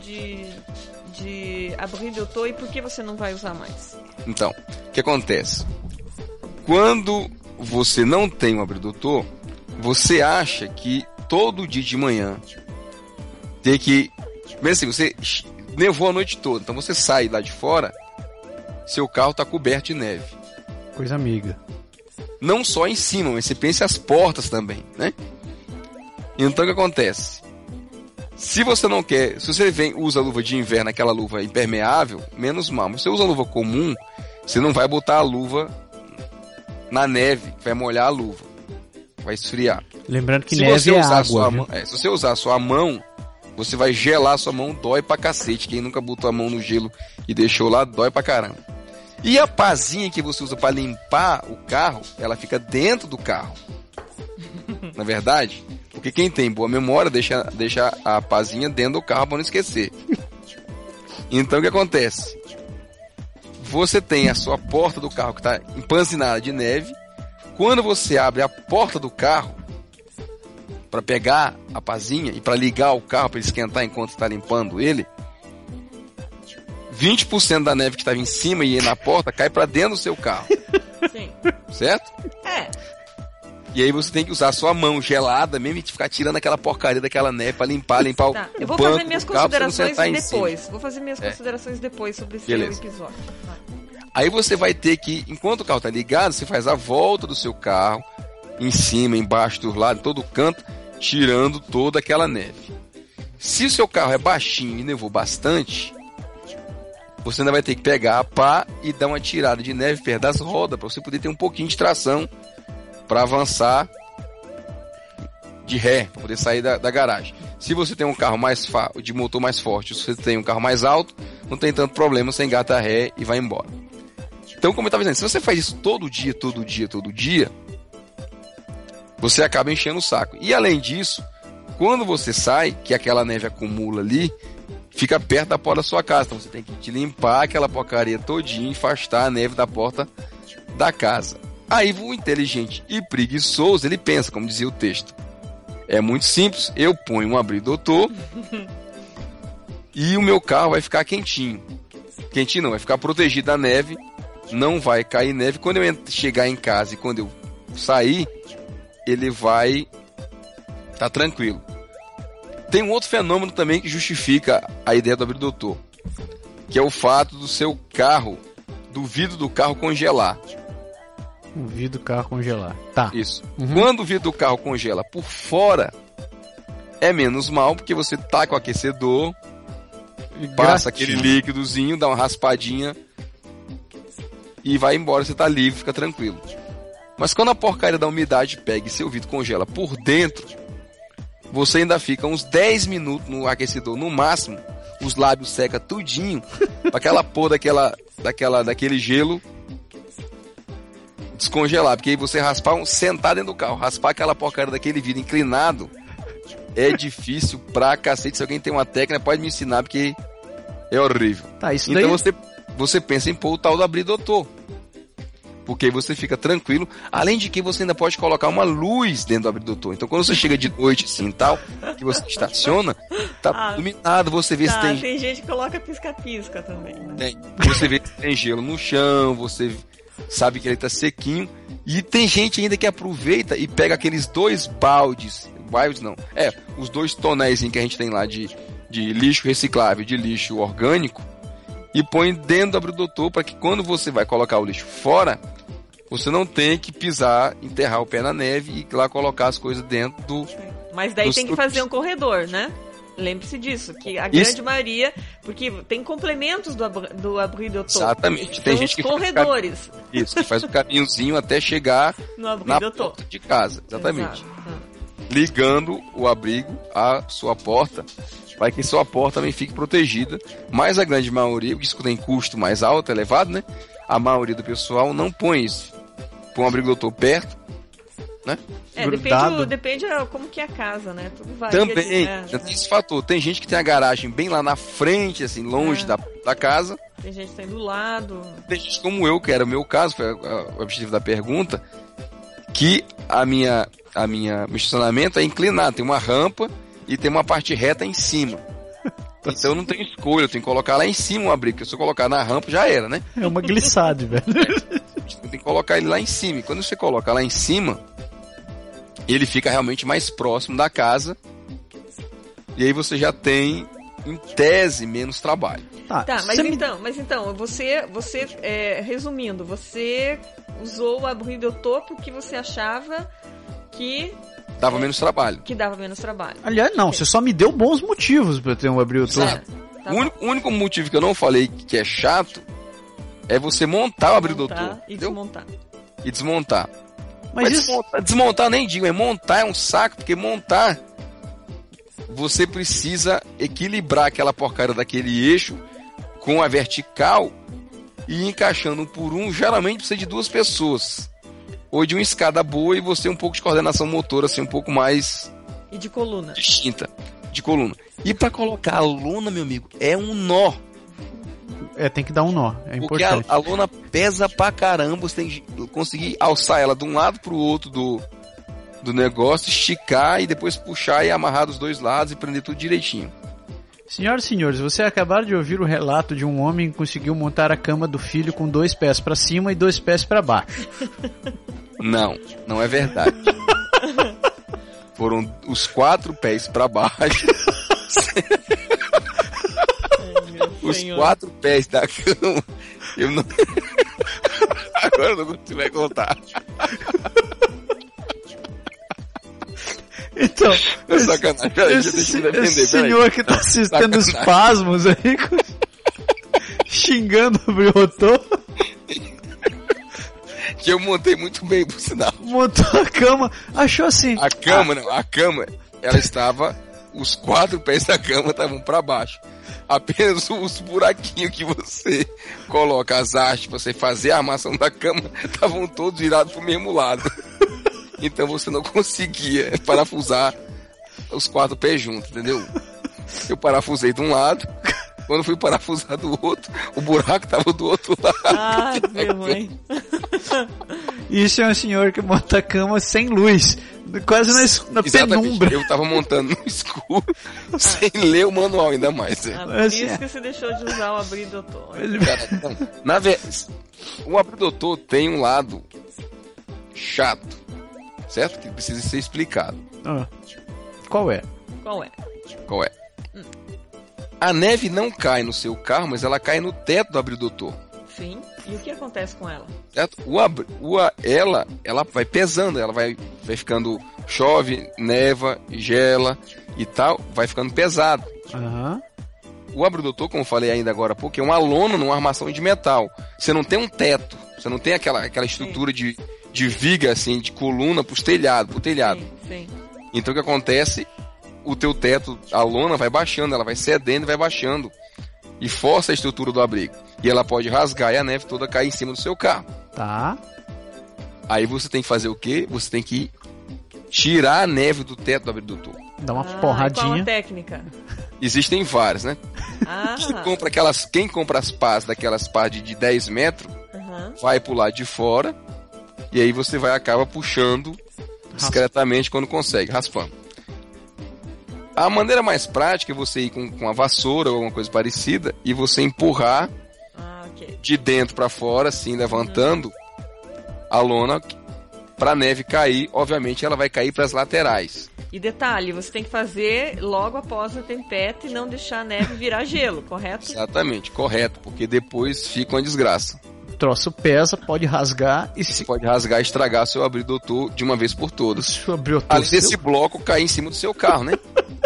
Brie d'Auto e por que você não vai usar mais. Então, o que acontece? Quando você não tem uma Brie d'Auto, você acha que todo dia de manhã tem que... Mesmo assim, você nevou a noite toda, então você sai lá de fora, seu carro está coberto de neve. Coisa amiga. Não só em cima, mas você pensa as portas também, né? Então o que acontece? Se você não quer, se você usa luva de inverno, aquela luva impermeável, menos mal. Mas se você usa luva comum, você não vai botar a luva na neve, vai molhar a luva, vai esfriar. Lembrando que neve é água. Se você usar a sua mão, você vai gelar a sua mão, dói pra cacete. Quem nunca botou a mão no gelo e deixou lá, dói pra caramba. E a pazinha que você usa para limpar o carro, ela fica dentro do carro. Na verdade, porque quem tem boa memória deixa a pazinha dentro do carro para não esquecer. Então o que acontece? Você tem a sua porta do carro que está empanzinada de neve. Quando você abre a porta do carro para pegar a pazinha e para ligar o carro para esquentar enquanto está limpando ele, 20% da neve que estava em cima e na porta cai para dentro do seu carro. Sim. Certo? É. E aí você tem que usar a sua mão gelada mesmo e ficar tirando aquela porcaria daquela neve para limpar tá. Eu vou fazer minhas considerações depois. Vou fazer minhas considerações depois sobre esse episódio. Vai. Aí você vai ter que, enquanto o carro tá ligado, você faz a volta do seu carro, em cima, embaixo, dos lados, todo canto, tirando toda aquela neve. Se o seu carro é baixinho e nevou bastante, você ainda vai ter que pegar a pá e dar uma tirada de neve perto das rodas, para você poder ter um pouquinho de tração para avançar de ré, para poder sair da garagem. Se você tem um carro de motor mais forte, se você tem um carro mais alto, não tem tanto problema, você engata ré e vai embora. Então, como eu estava dizendo, se você faz isso todo dia, você acaba enchendo o saco. E além disso, quando você sai, que aquela neve acumula ali, fica perto da porta da sua casa. Então você tem que limpar aquela porcaria todinha e afastar a neve da porta da casa. Aí o inteligente e preguiçoso, ele pensa, como dizia o texto. É muito simples, eu ponho um abridotor e o meu carro vai ficar quentinho. Quentinho não, vai ficar protegido da neve, não vai cair neve. Quando eu chegar em casa e quando eu sair, ele vai estar tranquilo. Tem um outro fenômeno também que justifica a ideia do abridotor, que é o fato do seu carro, do vidro do carro congelar. O vidro do carro congelar. Tá. Isso. Quando o vidro do carro congela por fora, é menos mal, porque você tá com o aquecedor, passa aquele líquidozinho, dá uma raspadinha e vai embora, você tá livre, fica tranquilo. Mas quando a porcaria da umidade pega e seu vidro congela por dentro, você ainda fica uns 10 minutos no aquecedor, no máximo, os lábios secam tudinho, pra aquela porra daquele gelo descongelar, porque aí você sentar dentro do carro, raspar aquela porcaria daquele vidro inclinado, é difícil pra cacete. Se alguém tem uma técnica, pode me ensinar, porque é horrível. Tá, isso então daí... você pensa em pôr o tal do abridotor, porque aí você fica tranquilo, além de que você ainda pode colocar uma luz dentro do abridotor. Então quando você chega de noite assim tal, que você estaciona, tá iluminado, você vê se tem... Tem gente que coloca pisca-pisca também, né? Tem. Você vê se tem gelo no chão, você sabe que ele tá sequinho, e tem gente ainda que aproveita e pega aqueles 2 baldes não, os 2 tonéis que a gente tem lá de lixo reciclável, de lixo orgânico, e põe dentro do abridotor para que quando você vai colocar o lixo fora, você não tenha que pisar, enterrar o pé na neve e ir lá colocar as coisas dentro do... Mas daí tem que fazer um corredor, né? Lembre-se disso, que a grande maioria, porque tem complementos do abridotor. Exatamente. Tem gente que corredores. Que faz um caminhozinho até chegar na porta de casa. Exatamente. Ligando o abrigo à sua porta, para que sua porta também fique protegida. Mas a grande maioria, isso tem custo mais alto, elevado, né? A maioria do pessoal não põe isso. Põe um abridotor perto, né? Depende como que é a casa, né? Tudo varia. Também, tem esse fator. Tem gente que tem a garagem bem lá na frente, assim, longe da casa. Tem gente que tem do lado. Tem gente como eu, que era o meu caso, foi o objetivo da pergunta, que meu estacionamento é inclinado, tem uma rampa e tem uma parte reta em cima. Então eu não tenho escolha, eu tenho que colocar lá em cima o abrigo, porque se eu colocar na rampa já era, né? É uma glissade, velho. Tem que colocar ele lá em cima. E quando você coloca lá em cima, ele fica realmente mais próximo da casa. E aí você já tem, em tese, menos trabalho. Mas então, você resumindo, você usou o abridotor porque você achava que dava menos trabalho. Aliás, não, você só me deu bons motivos pra ter um abridotor. O único motivo que eu não falei que é chato é você montar o abridotor. E desmontar. E desmontar. Mas desmontar nem digo, montar é um saco, porque montar você precisa equilibrar aquela porcaria daquele eixo com a vertical e encaixando um por um, geralmente precisa de 2 pessoas. Ou de uma escada boa e você um pouco de coordenação motora, assim, um pouco mais... E de coluna. Distinta. De coluna. E pra colocar a lona, meu amigo, é um nó. Tem que dar um nó, é importante. Porque a lona pesa pra caramba, você tem que conseguir alçar ela de um lado pro outro do negócio, esticar e depois puxar e amarrar dos 2 lados e prender tudo direitinho. Senhoras e senhores, você acabaram de ouvir o relato de um homem que conseguiu montar a cama do filho com 2 pés pra cima e 2 pés pra baixo. Não é verdade. Foram os 4 pés pra baixo. Os 4 pés da cama. Eu não... Agora eu não consigo mais contar. Então, é sacanagem. Peraí, deixa eu me defender. Esse senhor que tá tendo espasmos aí, xingando o abridotor. Que eu montei muito bem, por sinal. montou a cama, achou assim... A cama, ela estava... Os 4 pés da cama estavam para baixo. Apenas os buraquinhos que você coloca as hastes pra você fazer a armação da cama estavam todos virados pro mesmo lado. Então você não conseguia parafusar os 4 pés juntos, entendeu? Eu parafusei de um lado, quando fui parafusar do outro, o buraco tava do outro lado. Ai, meu mãe. Isso é um senhor que monta a cama sem luz, quase na penumbra. Eu tava montando no escuro, sem ler o manual ainda mais. Por isso que você deixou de usar o abridotor. O abridotor tem um lado chato, certo? Que precisa ser explicado. Qual é? Qual é? A neve não cai no seu carro, mas ela cai no teto do abridotor. Sim. E o que acontece com ela? Certo? Ela vai pesando, ela vai ficando, chove, neva, gela e tal, vai ficando pesado. Uhum. O abridotor, como eu falei ainda agora há pouco, é uma lona numa armação de metal. Você não tem um teto, você não tem aquela estrutura de viga, assim, de coluna pro telhado. Sim. Então o que acontece? O teu teto, a lona vai baixando, ela vai cedendo e vai baixando. E força a estrutura do abrigo. E ela pode rasgar e a neve toda cair em cima do seu carro. Tá. Aí você tem que fazer o quê? Você tem que tirar a neve do teto do abridotor. Dá uma porradinha. Qual a técnica? Existem várias, né? Quem compra as pás, daquelas pás de 10 metros, vai pro lado de fora. E aí você acaba puxando discretamente quando consegue, raspando. A maneira mais prática é você ir com a vassoura ou alguma coisa parecida e você empurrar de dentro para fora, assim, levantando a lona pra neve cair. Obviamente ela vai cair para as laterais. E detalhe, você tem que fazer logo após a tempesta e não deixar a neve virar gelo, correto? Exatamente, correto, porque depois fica uma desgraça. O troço pesa, pode rasgar e pode rasgar e estragar seu abridotor de uma vez por todas. Além desse bloco cair em cima do seu carro, né?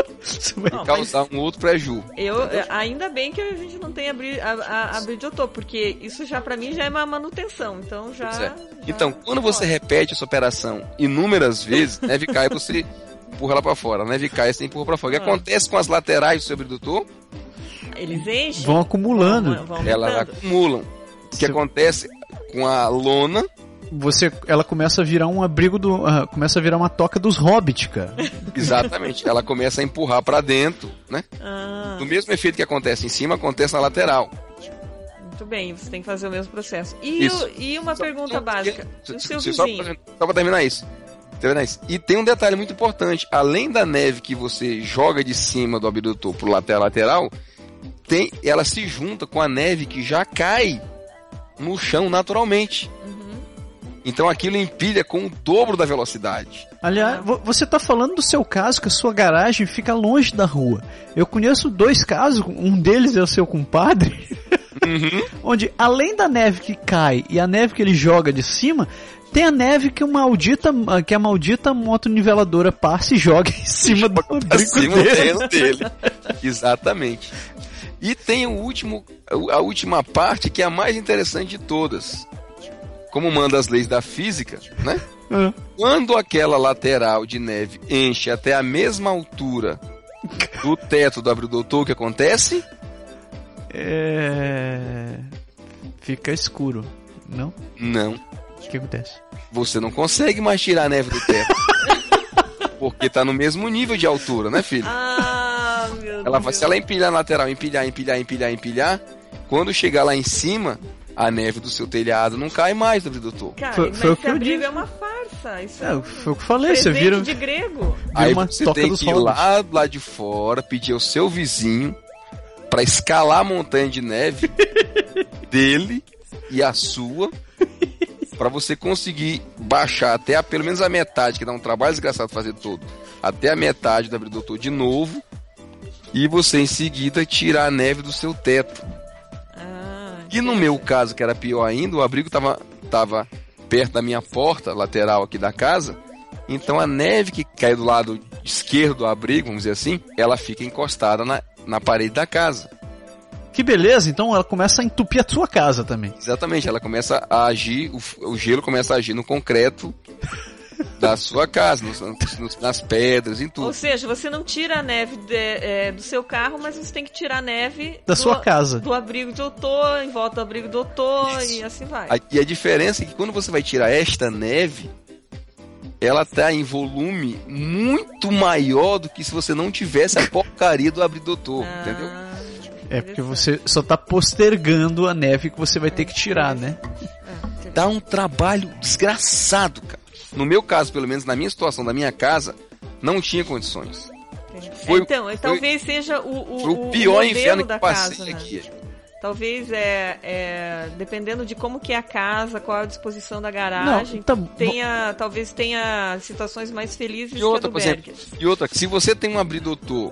Vai causar um outro prejuízo. Ainda bem que a gente não tem abridotor, porque isso já pra mim já é uma manutenção. Então Então, quando você repete essa operação inúmeras vezes, neve cai, você empurra ela pra fora. A neve cai, você empurra pra fora. O que acontece com as laterais do seu abridotor? Eles enchem. Vão acumulando. Elas acumulam. O que acontece com a lona? Ela começa a virar um abrigo começa a virar uma toca dos hobbits, cara. Exatamente, ela começa a empurrar pra dentro, né? Do mesmo efeito que acontece em cima, acontece na lateral. Muito bem, você tem que fazer o mesmo processo. E uma pergunta básica, o seu vizinho? Só pra terminar isso. E tem um detalhe muito importante, além da neve que você joga de cima do abridotor pro lateral, ela se junta com a neve que já cai no chão naturalmente. Então aquilo empilha com o dobro da velocidade. Aliás, você está falando do seu caso, que a sua garagem fica longe da rua. Eu conheço 2 casos, um deles é o seu compadre, onde além da neve que cai e a neve que ele joga de cima, tem a neve que a maldita motoniveladora passa e joga em cima do abrigo dele. Exatamente. E tem a última parte, que é a mais interessante de todas. Como manda as leis da física, né? Quando aquela lateral de neve enche até a mesma altura do teto do abridotor, o que acontece? Fica escuro, não? Não. O que acontece? Você não consegue mais tirar a neve do teto. Porque tá no mesmo nível de altura, né, filho? Meu Deus. Se ela empilhar na lateral, empilhar, quando chegar lá em cima, a neve do seu telhado não cai mais do abridotor. Cara, foi o que eu disse. É uma farsa. Isso foi o que eu falei, você vira de grego. Aí você tem que ir lá de fora, pedir ao seu vizinho pra escalar a montanha de neve dele e a sua, pra você conseguir baixar até pelo menos a metade, que dá um trabalho desgraçado fazer todo, até a metade do abridotor de novo, e você em seguida tirar a neve do seu teto. E no meu caso, que era pior ainda, o abrigo tava perto da minha porta lateral aqui da casa, então a neve que cai do lado esquerdo do abrigo, vamos dizer assim, ela fica encostada na parede da casa. Que beleza, então ela começa a entupir a sua casa também. Exatamente, ela começa a agir, o gelo começa a agir no concreto da sua casa, nas pedras, em tudo. Ou seja, você não tira a neve do seu carro, mas você tem que tirar a neve da sua casa. Do abrigo de doutor, em volta do abrigo do doutor, e assim vai. E a diferença é que quando você vai tirar esta neve, ela tá em volume muito maior do que se você não tivesse a porcaria do abrigo do doutor, entendeu? É porque você só tá postergando a neve que você vai ter que tirar, né? Dá um trabalho desgraçado, cara. No meu caso, pelo menos na minha situação, da minha casa, não tinha condições. Talvez seja o pior inferno que da passei casa, aqui. Né? Talvez dependendo de como que é a casa, qual a disposição da garagem, talvez tenha situações mais felizes que a do Berger. E outra, se você tem um abridotor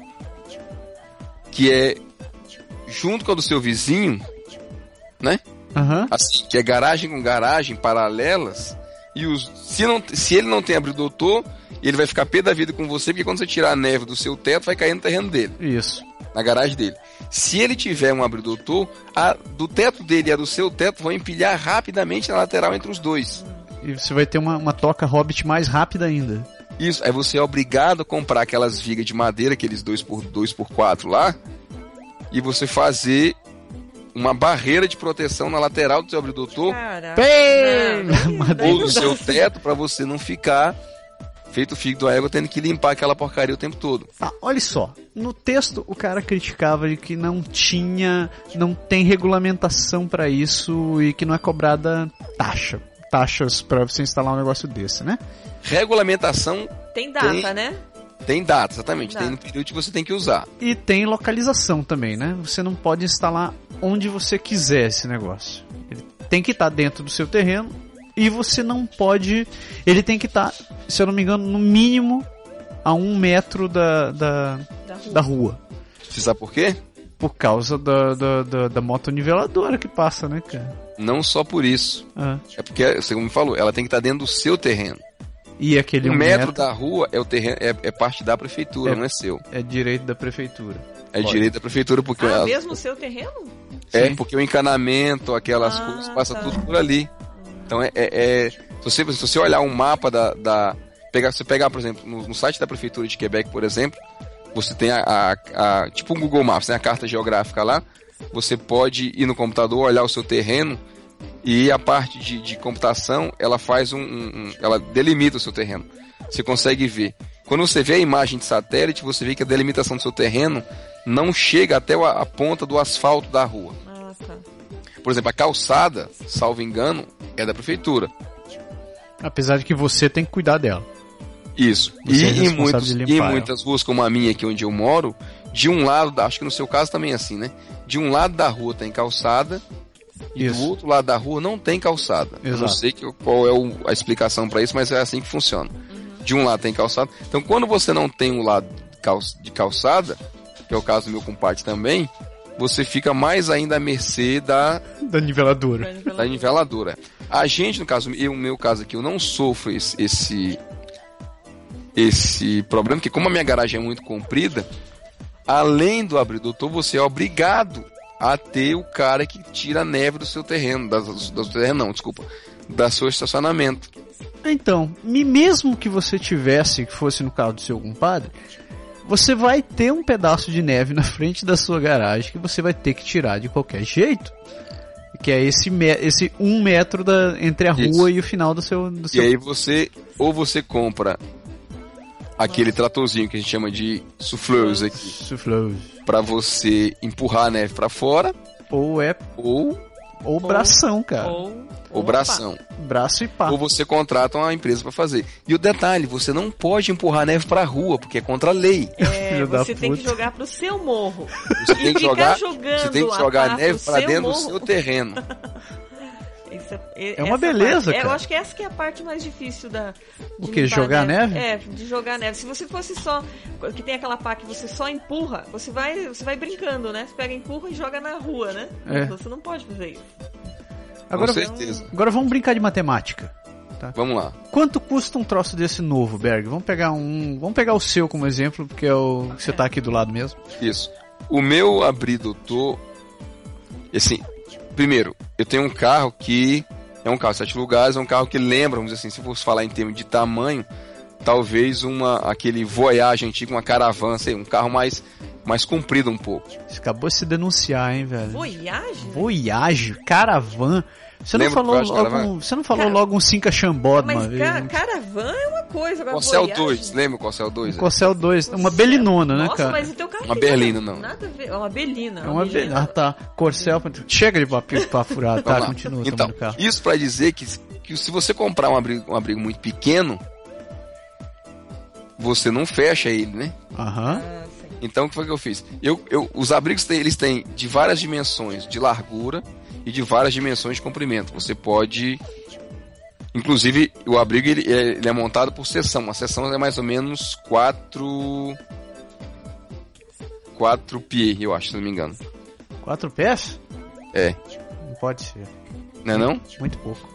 que é junto com a do seu vizinho, né? Uhum. Assim, que é garagem com garagem, paralelas, e se ele não tem abridotor, ele vai ficar pé da vida com você, porque quando você tirar a neve do seu teto, vai cair no terreno dele. Isso. Na garagem dele. Se ele tiver um abridotor, do teto dele e a do seu teto vão empilhar rapidamente na lateral entre os dois. E você vai ter uma toca Hobbit mais rápida ainda. Isso, aí você é obrigado a comprar aquelas vigas de madeira, aqueles 2x4 lá, e você fazer uma barreira de proteção na lateral do seu abridotor ou do seu teto, para você não ficar feito o figo do égua tendo que limpar aquela porcaria o tempo todo. Olha só, no texto o cara criticava de que não tem regulamentação para isso e que não é cobrada taxas para você instalar um negócio desse, né? Regulamentação tem data, né? Tem data, exatamente. Tem no período que você tem que usar. E tem localização também, né? Você não pode instalar onde você quiser esse negócio. Ele tem que estar dentro do seu terreno e você não pode... Ele tem que estar, se eu não me engano, no mínimo a 1 metro da rua. Você sabe por quê? Por causa da motoniveladora que passa, né, cara? Não só por isso. É porque, você me falou, ela tem que estar dentro do seu terreno. E aquele 1 metro da rua é o terreno, é parte da prefeitura, não é seu. É direito da prefeitura. É direito da prefeitura porque... mesmo o seu terreno? É, porque o encanamento, aquelas coisas, passa tudo por ali. Então se você olhar um mapa você pegar, por exemplo, no site da prefeitura de Quebec, por exemplo, você tem tipo um Google Maps, né, a carta geográfica lá, você pode ir no computador, olhar o seu terreno, e a parte de computação, ela faz ela delimita o seu terreno. Você consegue ver. Quando você vê a imagem de satélite, você vê que a delimitação do seu terreno não chega até a ponta do asfalto da rua. Por exemplo, a calçada, salvo engano, é da prefeitura. Apesar de que você tem que cuidar dela. Isso. Em muitas ruas, como a minha aqui onde eu moro, de um lado, acho que no seu caso também é assim, né? De um lado da rua tem calçada, e do outro lado da rua não tem calçada. Exato. Eu não sei qual é a explicação para isso, mas é assim que funciona. De um lado tem calçada. Então, quando você não tem um lado de calçada, que é o caso do meu compadre também, você fica mais ainda à mercê da niveladora. Da niveladora. A gente, no caso, no meu caso aqui, eu não sofro esse problema, porque como a minha garagem é muito comprida, além do abridotor, você é obrigado a ter o cara que tira a neve do seu terreno, da seu estacionamento. Então, mesmo que você tivesse, que fosse no carro do seu compadre, você vai ter um pedaço de neve na frente da sua garagem que você vai ter que tirar de qualquer jeito. Que é esse 1 metro entre a rua e o final do seu... E aí você compra aquele tratorzinho que a gente chama de souffleuse aqui. Pra você empurrar a neve pra fora. Ou bração, cara. Ou bração. Braço e pá. Ou você contrata uma empresa pra fazer. E o detalhe, você não pode empurrar a neve pra rua, porque é contra a lei. Você tem que jogar pro seu morro. Você tem que jogar a neve pra dentro do seu terreno. É uma beleza, cara. Eu acho que essa que é a parte mais difícil O que? Jogar neve? De jogar neve. Se você fosse só... Que tem aquela pá que você só empurra, você vai brincando, né? Você pega, empurra e joga na rua, né? Você não pode fazer isso. Agora, com certeza. Agora vamos brincar de matemática. Tá? Vamos lá. Quanto custa um troço desse novo, Berg? Vamos pegar o seu como exemplo, porque é o que você tá aqui do lado mesmo. Isso. O meu abridotor... Assim... Primeiro, eu tenho um carro que É um carro de 7 lugares, é um carro que lembra, vamos dizer assim, se fosse falar em termos de tamanho, talvez aquele Voyage antigo, uma caravana, sei, um carro mais comprido um pouco. Você acabou de se denunciar, hein, velho? Voyage? Caravan. Você não falou logo um Cinca Chambó de uma vez? Mas Caravan é uma coisa. Corcel 2, lembra o Corcel 2? Corcel 2, uma belinona, né, cara? Nossa, mas o teu carro uma berlina, não. Nada a ver. É uma belina. É uma belina. Ah, tá. Corcel, chega de papinho pra furar, tá? Continua então, carro. Isso pra dizer que se você comprar um abrigo muito pequeno, você não fecha ele, né? Aham. Então, o que foi que eu fiz? Os abrigos, eles têm de várias dimensões de largura e de várias dimensões de comprimento. Você pode... Inclusive, o abrigo ele é montado por seção. Uma seção é mais ou menos 4 pieds, eu acho, se não me engano. 4 pés? É. Não pode ser. Não é não? Muito pouco.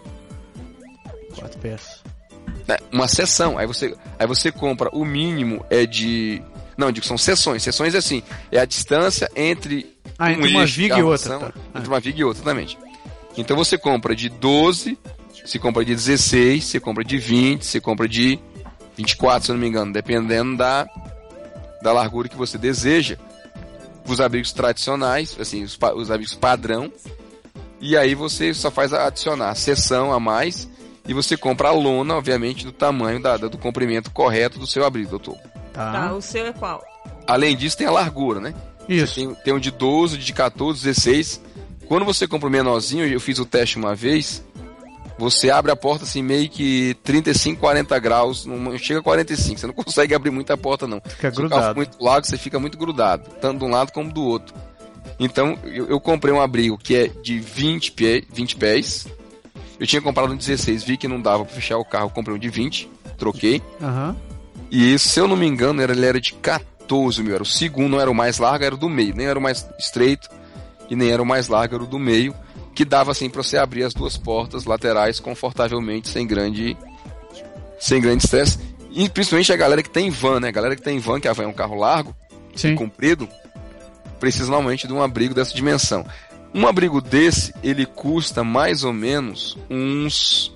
4 pés. Uma seção. Aí você compra, o mínimo é de... Não, digo, são seções. Seções é assim, é a distância entre uma viga e outra. Tá. Entre uma viga e outra, exatamente. Então você compra de 12, você compra de 16, você compra de 20, você compra de 24, se eu não me engano, dependendo da largura que você deseja. Os abrigos tradicionais, assim, os abrigos padrão. E aí você só faz adicionar a seção a mais e você compra a lona, obviamente, do tamanho do comprimento correto do seu abrigo, doutor. Tá, o seu é qual? Além disso, tem a largura, né? Isso. Tem um de 12, de 14, 16. Quando você compra o menorzinho, eu fiz o teste uma vez, você abre a porta assim meio que 35, 40 graus, não chega a 45, você não consegue abrir muita porta não. Fica grudado. Se o carro for muito largo, você fica muito grudado, tanto de um lado como do outro. Então, eu comprei um abrigo que é de 20 pés. Eu tinha comprado um 16, vi que não dava pra fechar o carro, comprei um de 20, troquei. Aham. E esse, se eu não me engano, ele era de 14 mil. Era o segundo, não era o mais largo, era o do meio. Nem era o mais estreito e nem era o mais largo, era o do meio. Que dava assim pra você abrir as duas portas laterais confortavelmente, sem grande estresse. E principalmente a galera que tem van, né? A galera que tem van, que a van é um carro largo, sim, comprido, precisa normalmente de um abrigo dessa dimensão. Um abrigo desse, ele custa mais ou menos uns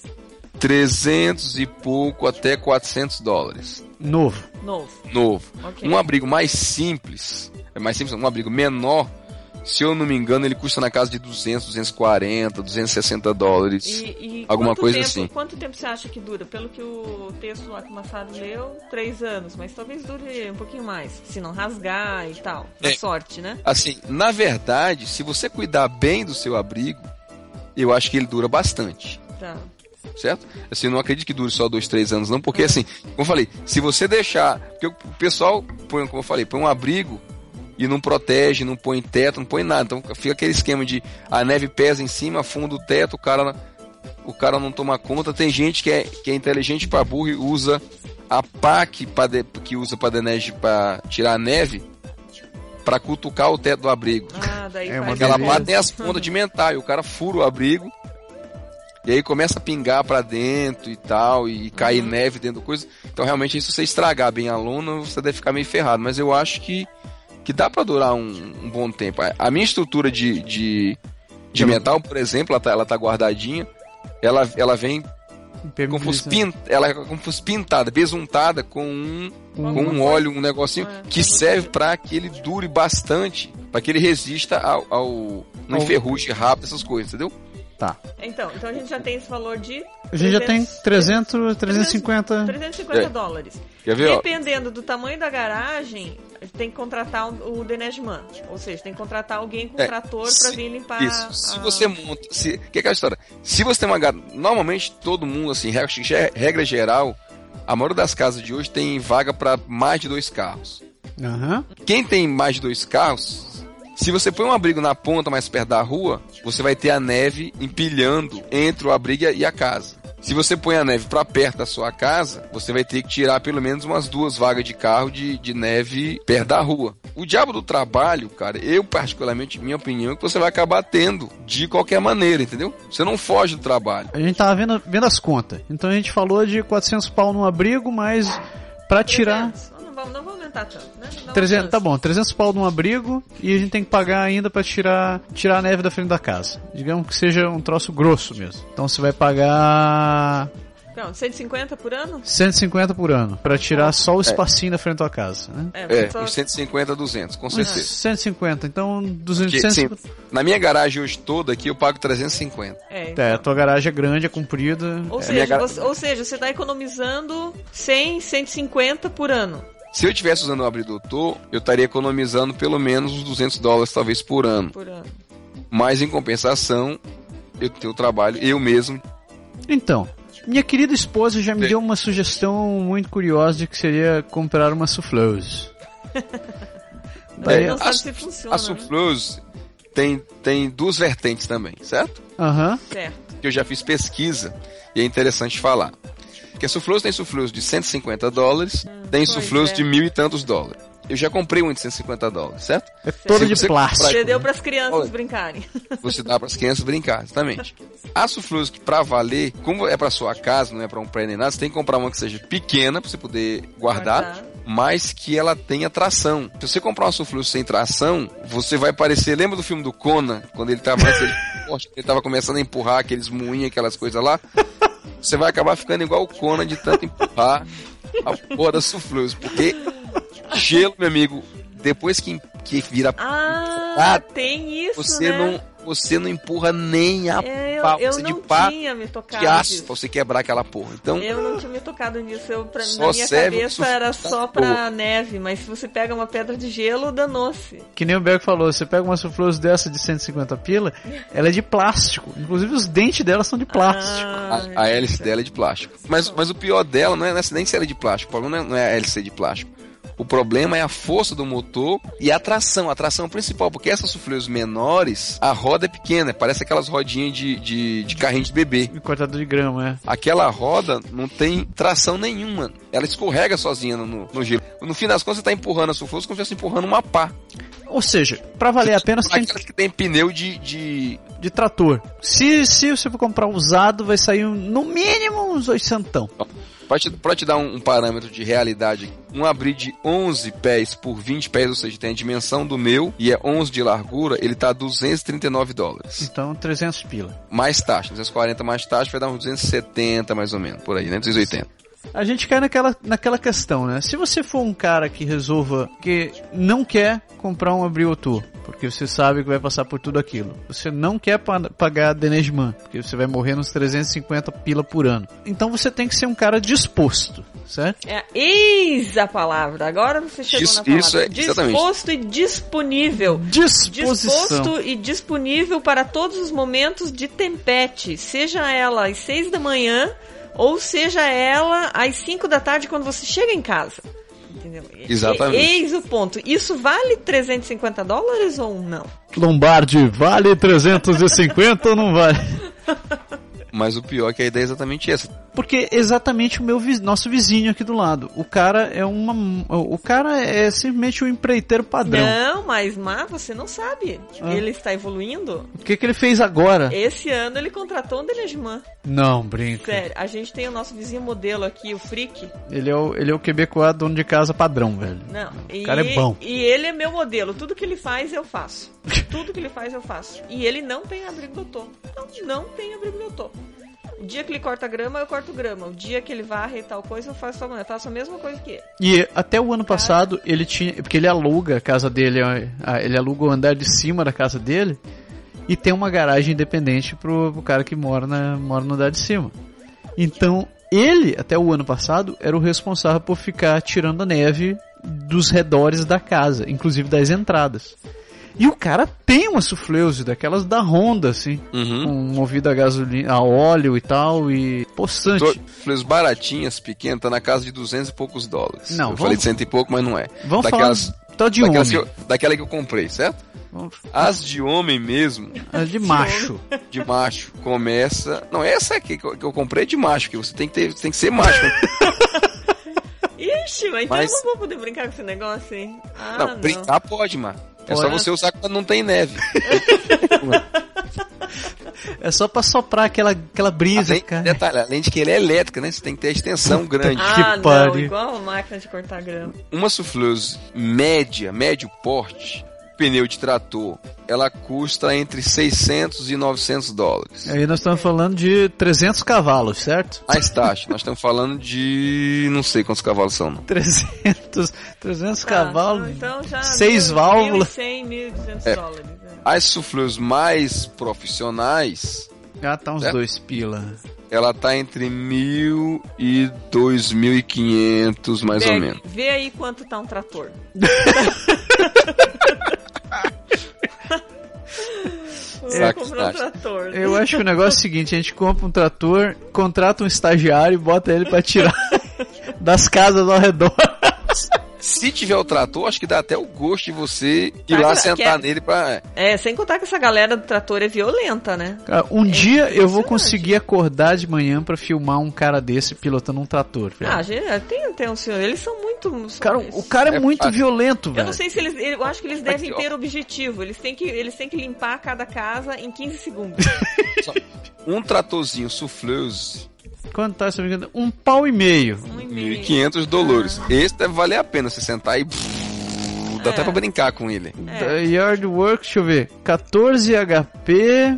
300 e pouco até $400. Novo. Okay. Um abrigo mais simples, um abrigo menor, se eu não me engano, ele custa na casa de 200, 240, $260. E alguma coisa assim. Quanto tempo você acha que dura? Pelo que o texto lá que o Massaro leu, 3 anos, mas talvez dure um pouquinho mais, se não rasgar e tal. Na sorte, né? Assim, na verdade, se você cuidar bem do seu abrigo, eu acho que ele dura bastante. Tá. Certo? Assim, eu não acredito que dure só 2, 3 anos não, porque assim, como eu falei, se você deixar, porque o pessoal põe, como eu falei, põe um abrigo e não protege, não põe teto, não põe nada, então fica aquele esquema de a neve pesa em cima, afunda o teto, o cara não toma conta. Tem gente que é inteligente pra burro e usa a pá que usa pra tirar a neve pra cutucar o teto do abrigo. Daí aquela pá tem as pontas de mental, e o cara fura o abrigo e aí começa a pingar pra dentro e tal, e cair neve dentro da coisa. Então realmente, se você estragar bem a lona, você deve ficar meio ferrado. Mas eu acho que dá pra durar um bom tempo. A minha estrutura de metal, por exemplo, ela tá guardadinha. Ela vem como fosse pintada, besuntada com um óleo, um negocinho que serve pra que ele dure bastante, pra que ele resista ao enferruge rápido, essas coisas, entendeu? Tá. Então a gente já tem esse valor de... A gente já tem 350 dólares. Quer ver, dependendo do tamanho da garagem, tem que contratar o Denejman. Ou seja, tem que contratar alguém com trator pra vir limpar. Isso. Se você monta... que é aquela história? Se você tem uma garagem... Normalmente todo mundo, assim, regra geral, a maioria das casas de hoje tem vaga pra mais de 2 carros. Uhum. Quem tem mais de 2 carros... Se você põe um abrigo na ponta mais perto da rua, você vai ter a neve empilhando entre o abrigo e a casa. Se você põe a neve para perto da sua casa, você vai ter que tirar pelo menos umas 2 vagas de carro de neve perto da rua. O diabo do trabalho, cara, eu particularmente, minha opinião, é que você vai acabar tendo de qualquer maneira, entendeu? Você não foge do trabalho. A gente tava vendo as contas. Então a gente falou de 400 pau no abrigo, mas para tirar... vamos aumentar tanto, né? 300, tá bom, 300 pau num abrigo e a gente tem que pagar ainda pra tirar a neve da frente da casa. Digamos que seja um troço grosso mesmo. Então você vai pagar... Não, 150 por ano? 150 por ano, pra tirar só o espacinho da frente da tua casa, né? Os 150, 200, com certeza. 150, então 200... Porque, sim, na minha garagem hoje toda aqui eu pago 350. Então. A tua garagem é grande, é comprida. Ou seja, você tá economizando 100, 150 por ano. Se eu estivesse usando o abridor, eu estaria economizando pelo menos uns $200 talvez por ano. Mas em compensação, eu tenho trabalho, eu mesmo. Então... Minha querida esposa já me deu uma sugestão muito curiosa de que seria comprar uma soufflose. Não sabe se funciona, a soufflose tem duas vertentes também, certo? Certo. Que eu já fiz pesquisa e é interessante falar. Porque a soufflose tem soufflose de $150, tem soufflose de $1.000 e tantos. Eu já comprei um de $150, certo? É todo de plástico. Você deu para as crianças brincarem. Você dá para as crianças brincar, exatamente. A soufflose que para valer, como é para sua casa, não é para um pré nem nada, você tem que comprar uma que seja pequena para você poder guardar, mas que ela tenha tração. Se você comprar uma soufflose sem tração, você vai parecer, lembra do filme do Conan, quando ele tava começando a empurrar aqueles moinhos, aquelas coisas lá? Você vai acabar ficando igual o Conan de tanto empurrar a porra da soufflose, porque gelo, meu amigo, depois que vira... tem isso, você não empurra nem a pau. Eu não tinha me tocado aço pra você quebrar aquela porra. Então, eu não tinha me tocado nisso. Na minha cabeça era só pra neve, mas se você pega uma pedra de gelo, danou-se. Que nem o Berg falou, você pega uma soufflose dessa de 150 pila, ela é de plástico. Inclusive os dentes dela são de plástico. A hélice dela é de plástico. Mas o pior dela não é nem se ela é de plástico. O problema não é a hélice de plástico. O problema é a força do motor e a tração principal, porque essas souffleuses menores, a roda é pequena, parece aquelas rodinhas de carrinho de bebê. De cortador de grama, Aquela roda não tem tração nenhuma, ela escorrega sozinha no gelo. No fim das contas, você tá empurrando a soufflose como se estivesse empurrando uma pá. Ou seja, pra valer a pena, você que tem pneu de trator. Se você for comprar usado, vai sair no mínimo uns 800. Pra te dar um parâmetro de realidade, um abrir de 11 pés por 20 pés, ou seja, tem a dimensão do meu e é 11 de largura, ele tá $239. Então, 300 pila. Mais taxa, 240 mais taxa, vai dar uns 270 mais ou menos, por aí, né? 280. A gente cai naquela questão, né? Se você for um cara que que não quer comprar um abriotor, porque você sabe que vai passar por tudo aquilo. Você não quer pagar Denejman, porque você vai morrer nos 350 pila por ano. Então você tem que ser um cara disposto, certo? Eis a palavra. Agora você chegou na palavra. Isso disposto e disponível. Disposto e disponível para todos os momentos de tempete. Seja ela às 6 da manhã ou seja ela às 5 da tarde quando você chega em casa. Entendeu? Exatamente. Eis o ponto. Isso vale $350 ou não? Lombardi, vale 350 ou não vale? Mas o pior é que a ideia é exatamente essa. Porque exatamente nosso vizinho aqui do lado. O cara é simplesmente um empreiteiro padrão. Não, mas você não sabe. Ele está evoluindo. O que ele fez agora? Esse ano ele contratou um Denejman. Não, brinca. Sério, a gente tem o nosso vizinho modelo aqui, o Frick. Ele é o quebecois dono de casa padrão, velho. Não. O cara é bom. E ele é meu modelo. Tudo que ele faz, eu faço. Tudo que ele faz, eu faço. E ele não tem abrigo-doutor. Não tem abrigo-doutor. O dia que ele corta grama, eu corto grama. O dia que ele varre e tal coisa, eu faço a mesma coisa que ele. E até o ano passado, ele tinha... Porque ele aluga a casa dele, ele aluga o andar de cima da casa dele e tem uma garagem independente pro cara que mora no andar de cima. Então, ele, até o ano passado, era o responsável por ficar tirando a neve dos redores da casa, inclusive das entradas. E o cara tem uma soufflose daquelas da Honda, assim, com movida a gasolina, a óleo e tal, e possante. Soufflose baratinhas, pequenas, tá na casa de $200 e poucos. Não, falei de 100 e pouco, mas não é. Vamos falar de homem. Daquela que eu comprei, certo? As de homem mesmo. As de macho. De macho. Começa... Não, essa aqui que eu comprei é de macho, que você tem que ser macho. Ixi, mas eu não vou poder brincar com esse negócio, hein? Não, brincar pode, mano. É só você usar quando não tem neve. É só pra soprar aquela brisa, cara. Detalhe, além de que ele é elétrica, né? Você tem que ter a extensão grande. não, pariu. igual a máquina de cortar grama. Uma souffleuse médio porte, pneu de trator, ela custa entre 600 e 900 dólares. Aí nós estamos falando de 300 cavalos, certo? Mais taxa, nós estamos falando de... não sei quantos cavalos são, não. 300 cavalos, então já 6 válvulas. 1.100, 1.200 dólares. As souffleuses mais profissionais... Ah, tá uns 2 pila. Ela tá entre 1.000 e 2.500, mais ou menos. Vê aí quanto tá um trator. Comprou um trator. Eu acho que o negócio é o seguinte, a gente compra um trator, contrata um estagiário e bota ele pra tirar das casas ao redor. Se tiver o trator, acho que dá até o gosto de você ir lá sentar nele pra... sem contar que essa galera do trator é violenta, né? Cara, dia eu vou conseguir acordar de manhã pra filmar um cara desse pilotando um trator. Velho. Tem um senhor, eles são muito... Cara, o cara é muito violento, velho. Eu não sei se eles... Eu acho que eles devem ter objetivo. Eles têm que limpar cada casa em 15 segundos. Um tratorzinho souffleuse... Quanto tá, se não me engano? $1,5. 1.500 dólares. Esse deve valer a pena você sentar e... dá até pra brincar com ele. Yard Work, deixa eu ver. 14 HP...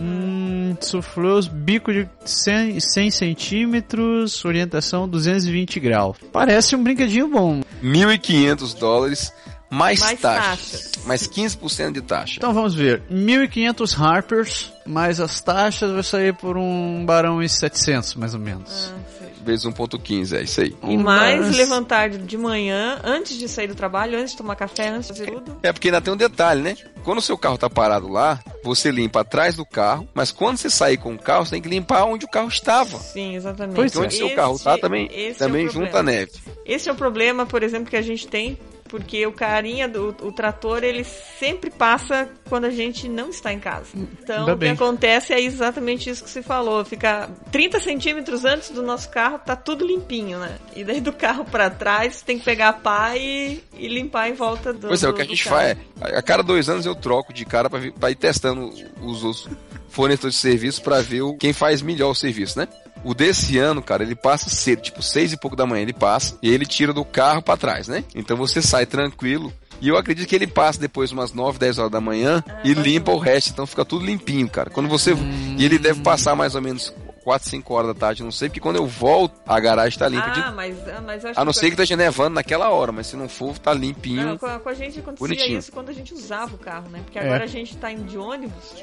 souffleuse, bico de 100 centímetros, orientação 220 graus. Parece um brinquedinho bom. $1.500... Mais taxas. Mais 15% de taxa. Então vamos ver. 1.500 Harpers, mais as taxas, vai sair por $1,7 barão, mais ou menos. Vezes 1,15, é isso aí. E mais levantar de manhã, antes de sair do trabalho, antes de tomar café, antes de fazer tudo. É porque ainda tem um detalhe, né? Quando o seu carro tá parado lá, você limpa atrás do carro, mas quando você sair com o carro, você tem que limpar onde o carro estava. Sim, exatamente. Porque onde o seu carro tá, também junta a neve. Esse é o problema, por exemplo, que a gente tem, porque o carinha o trator, ele sempre passa quando a gente não está em casa. Então, o que acontece é exatamente isso que você falou. Fica 30 centímetros antes do nosso carro, tá tudo limpinho, né? E daí do carro pra trás, você tem que pegar a pá e limpar em volta do Pois é, o que a gente faz é, a cada 2 anos eu troco de cara pra ir testando os fornecedores de serviço pra ver quem faz melhor o serviço, né? O desse ano, cara, ele passa cedo, tipo 6 e pouco da manhã ele passa, e ele tira do carro pra trás, né? Então você sai tranquilo, e eu acredito que ele passa depois umas 9, 10 horas da manhã e limpa o resto, então fica tudo limpinho, cara. Quando você... E ele deve passar mais ou menos 4, 5 horas da tarde, não sei, porque quando eu volto, a garagem tá limpa mas eu acho a não ser que esteja nevando naquela hora, mas se não for, tá limpinho. Não, com a gente acontecia bonitinho. Isso quando a gente usava o carro, né? Porque agora a gente tá indo de ônibus,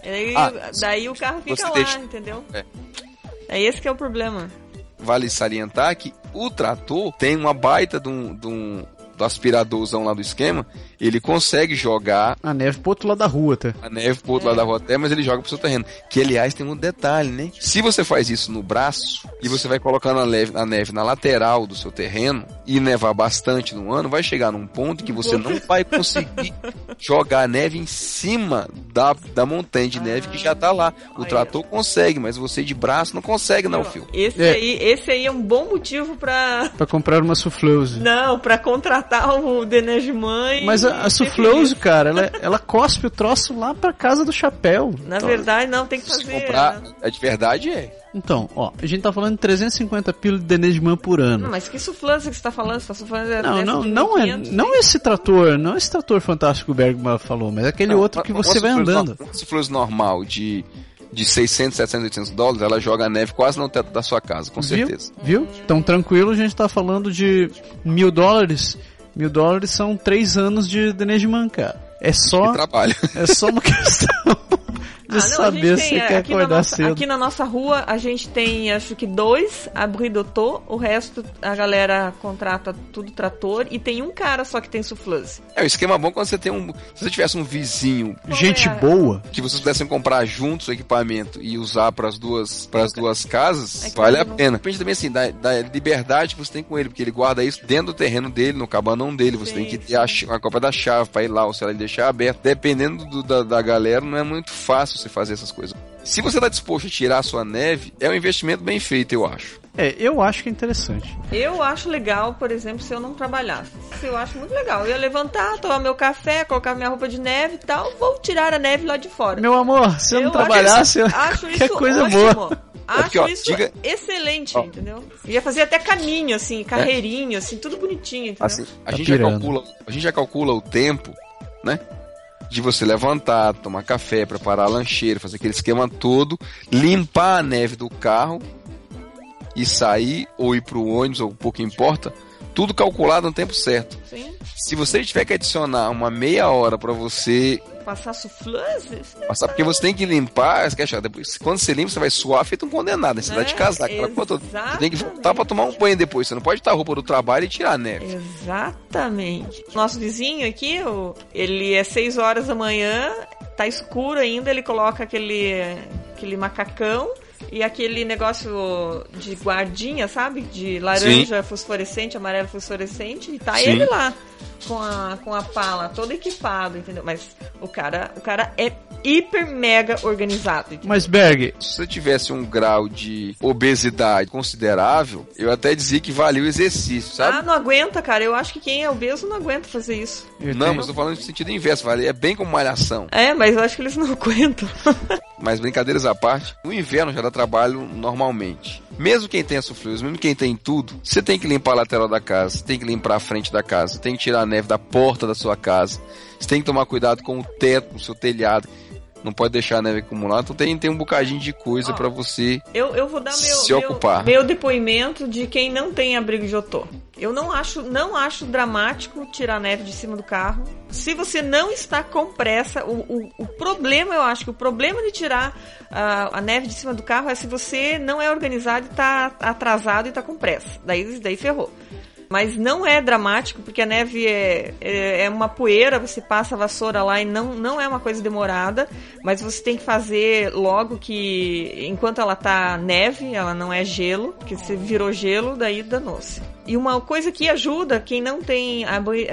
daí o carro fica lá, entendeu? É esse que é o problema. Vale salientar que o trator tem uma baita do aspiradorzão lá do esquema, ele consegue jogar a neve pro outro lado da rua, tá? A neve pro outro lado da rua até, mas ele joga pro seu terreno. Que, aliás, tem um detalhe, né? Se você faz isso no braço e você vai colocando a neve na lateral do seu terreno e nevar bastante no ano, vai chegar num ponto que você não vai conseguir jogar a neve em cima da montanha de neve que já tá lá. O trator consegue, mas você de braço não consegue, não, Phil. Esse aí é um bom motivo pra comprar uma souffleuse. Não, pra contratar o Denejman. Mas a souffleuse, cara, ela cospe o troço lá pra casa do chapéu. Na verdade, não, tem que fazer. Comprar, é de verdade, é. Então, ó, a gente tá falando de 350 pila de Denejman por ano. Não, mas que souffleuse que você tá falando? Você tá falando não esse trator, não esse trator fantástico que o Bergman falou, mas aquele outro que você vai andando. Uma souffleuse normal de 600, 700, 800 dólares, ela joga a neve quase no teto da sua casa, com certeza. Viu? Então, tranquilo, a gente tá falando de $1.000. $1.000 são 3 anos de Denejman, cara. É só uma questão de saber se você quer acordar cedo. Aqui na nossa rua, a gente tem, acho que 2 abridotô, o resto a galera contrata tudo trator, e tem um cara só que tem souffleuse. O esquema bom quando você tem se você tivesse um vizinho, gente boa, que vocês pudessem comprar juntos o equipamento e usar para as duas casas, vale a pena. Depende também assim da liberdade que você tem com ele, porque ele guarda isso dentro do terreno dele, no cabanão dele, você tem que ter a cópia da chave para ir lá, ou se ela deixar aberto. Dependendo da galera, não é muito fácil você fazer essas coisas. Se você está disposto a tirar a sua neve, é um investimento bem feito, eu acho. Eu acho que é interessante. Eu acho legal, por exemplo, se eu não trabalhasse. Eu acho muito legal. Eu ia levantar, tomar meu café, colocar minha roupa de neve e tal, vou tirar a neve lá de fora. Meu amor, se eu não trabalhasse, acho que isso coisa ótimo. boa. Acho isso excelente, entendeu? Ia fazer até caminho, assim, carreirinho, assim, tudo bonitinho, entendeu? Assim, a gente já calcula o tempo, né? De você levantar, tomar café, preparar a lancheira, fazer aquele esquema todo, limpar a neve do carro e sair, ou ir pro ônibus, ou pouco importa, tudo calculado no tempo certo. Sim. Se você tiver que adicionar uma meia hora pra você passar suflãs? Passar, porque você tem que limpar, depois, quando você limpa, você vai suar feito um condenado, né? Você dá de casaco. Você tem que voltar pra tomar um banho depois. Você não pode estar a roupa do trabalho e tirar a neve. Exatamente. Nosso vizinho aqui, ele é 6 horas da manhã, tá escuro ainda, ele coloca aquele macacão e aquele negócio de guardinha, sabe? De laranja fosforescente, amarelo fosforescente, e tá ele lá com a pala, todo equipado, entendeu? Mas o cara é hiper mega organizado. Entendeu? Mas Berg, se você tivesse um grau de obesidade considerável, eu até dizia que valia o exercício, sabe? Não aguenta, cara. Eu acho que quem é obeso não aguenta fazer isso. Mas eu tô falando no sentido inverso, é bem como malhação. Mas eu acho que eles não aguentam. Mas brincadeiras à parte, no inverno já dá trabalho normalmente. Mesmo quem tem a suflês, mesmo quem tem tudo, você tem que limpar a lateral da casa, você tem que limpar a frente da casa, você tem que tirar a neve da porta da sua casa, você tem que tomar cuidado com o teto do seu telhado, não pode deixar a neve acumular, então tem um bocadinho de coisa pra você eu vou dar ocupar. Meu depoimento de quem não tem abrigo de otô. Eu não acho dramático tirar a neve de cima do carro. Se você não está com pressa, o problema, eu acho que o problema de tirar a neve de cima do carro é se você não é organizado e está atrasado e está com pressa. Daí ferrou. Mas não é dramático, porque a neve é uma poeira, você passa a vassoura lá e não é uma coisa demorada, mas você tem que fazer logo que, enquanto ela tá neve, ela não é gelo, porque se virou gelo, daí danou-se. E uma coisa que ajuda quem não tem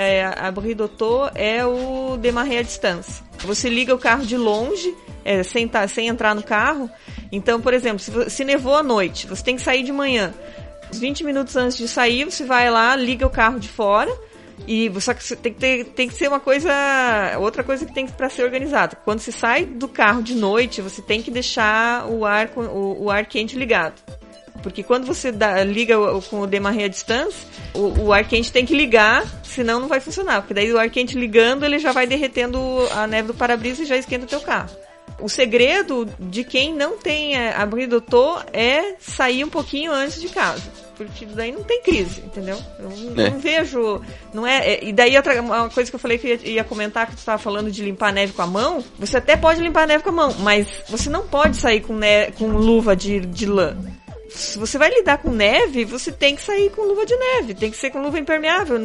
abri d'autô é o démarrer à distância. Você liga o carro de longe, sem entrar no carro. Então, por exemplo, se nevou à noite, você tem que sair de manhã. Uns 20 minutos antes de sair, você vai lá, liga o carro de fora, e só que tem que ser outra coisa que tem para ser organizada. Quando você sai do carro de noite, você tem que deixar o ar quente ligado. Porque quando você liga com o démarrer à distância, o ar quente tem que ligar, senão não vai funcionar. Porque daí o ar quente ligando, ele já vai derretendo a neve do para-brisa e já esquenta o teu carro. O segredo de quem não tem abrir d'autô é sair um pouquinho antes de casa. Porque daí não tem crise, entendeu? Eu não vejo... e daí uma coisa que eu falei que ia comentar, que tu estava falando de limpar a neve com a mão. Você até pode limpar a neve com a mão, mas você não pode sair com luva de lã. Se você vai lidar com neve, você tem que sair com luva de neve, tem que ser com luva impermeável.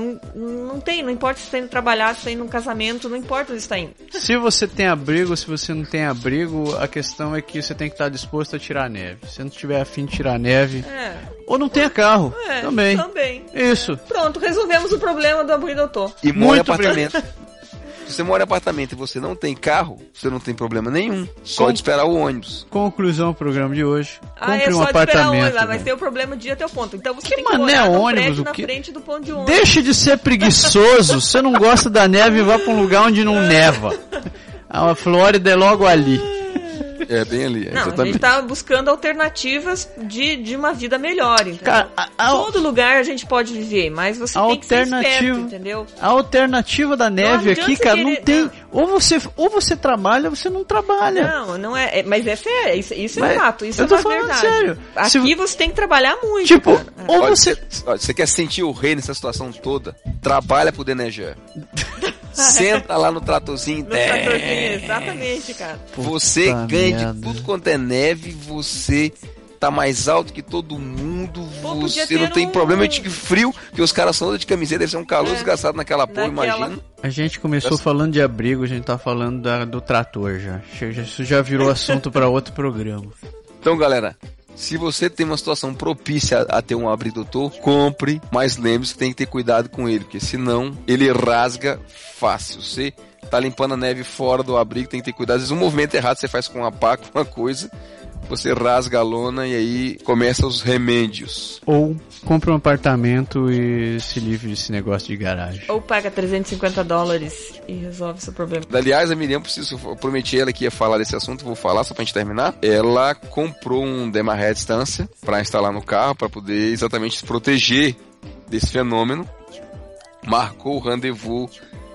Não importa se está indo trabalhar, se está indo num casamento, não importa onde está indo. Se você tem abrigo, se você não tem abrigo, a questão é que você tem que estar disposto a tirar a neve. Se não tiver a fim de tirar a neve, ou não tenha carro, também. Isso. Pronto, resolvemos o problema do abrir d'autô. E mora em apartamento. Se você mora em apartamento e você não tem carro, você não tem problema nenhum. Só de esperar o ônibus. Conclusão do programa de hoje. Compre um apartamento. Mas tem o problema de ir até o ponto. Então você tem que morar num ônibus, prédio na frente do ponto de ônibus. Deixe de ser preguiçoso. Você não gosta da neve e vá para um lugar onde não neva. A Flórida é logo ali. É, bem ali, exatamente. A gente tá buscando alternativas de uma vida melhor, entendeu? Cara, todo lugar a gente pode viver, mas você tem que ser esperto, entendeu? A alternativa da neve aqui, cara, não tem... Ou você trabalha ou você não trabalha. Não é... Mas é sério, isso é fato, isso é uma verdade. Sério. Aqui você tem que trabalhar muito, tipo, cara. Ou você... Você quer sentir o rei nessa situação toda? Trabalha pro Denejar. Senta lá no tratorzinho. Exatamente, cara. Você ganha de tudo quanto é neve, você tá mais alto que todo mundo, você não tem problema de frio, porque os caras são de camiseta, deve ser um calor desgraçado naquela porra, imagina. A gente começou falando de abrigo, a gente tá falando do trator já. Isso já virou assunto para outro programa. Então, galera, se você tem uma situação propícia a ter um abrir d'autô, compre, mas lembre-se que tem que ter cuidado com ele, porque senão ele rasga fácil. Você tá limpando a neve fora do abrigo, tem que ter cuidado. Às vezes um movimento errado você faz com uma pá, com uma coisa, você rasga a lona e aí começam os remédios. Ou compra um apartamento e se livre desse negócio de garagem. Ou paga $350 e resolve seu problema. Aliás, a Miriam, eu prometi ela que ia falar desse assunto, vou falar só pra gente terminar. Ela comprou um Demaré à distância pra instalar no carro, pra poder exatamente se proteger desse fenômeno. Marcou o rendezvous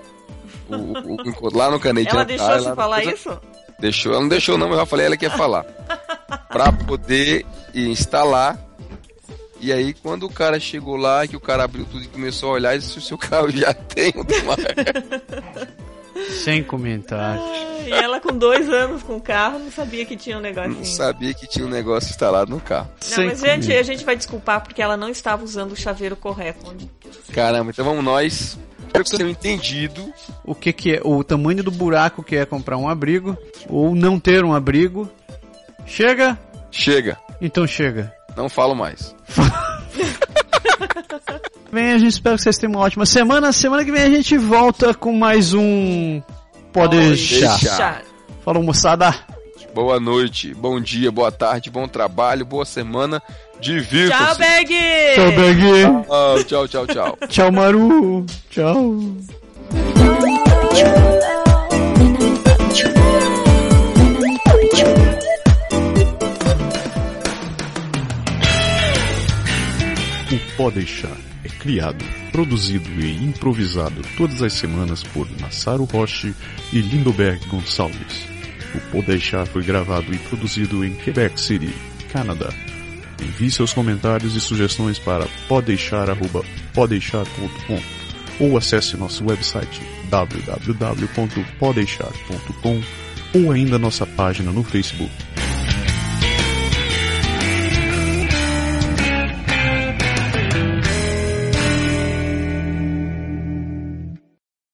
lá no Canadian. Ela deixou você falar isso? Deixou, ela não deixou não, mas eu já falei, ela que ia falar. Pra poder instalar. E aí, quando o cara chegou lá, que o cara abriu tudo e começou a olhar, ele disse: o seu carro já tem um Demaré. Sem comentário. E ela com 2 anos com o carro não sabia que tinha um negocinho. Não sabia que tinha um negócio instalado no carro. Não, mas gente, a gente vai desculpar porque ela não estava usando o chaveiro correto. Caramba, então vamos nós. Espero que vocês tenham entendido o que é o tamanho do buraco que é comprar um abrigo ou não ter um abrigo. Chega? Chega. Então chega. Não falo mais. Bem, a gente espera que vocês tenham uma ótima semana. Semana que vem a gente volta com mais um Pode deixar. Falou, moçada. Boa noite, bom dia, boa tarde, bom trabalho, boa semana. Divirtam-se. Tchau, Beg! Tchau, Beg! Tchau, tchau, tchau. Tchau, Maru! Tchau! O Pode Deixar é criado, produzido e improvisado todas as semanas por Massaro Roche e Lindoberg Gonçalves. O Pode Deixar foi gravado e produzido em Quebec City, Canadá. Envie seus comentários e sugestões para podeixar@podeixar.com ou acesse nosso website www.podeixar.com ou ainda nossa página no Facebook.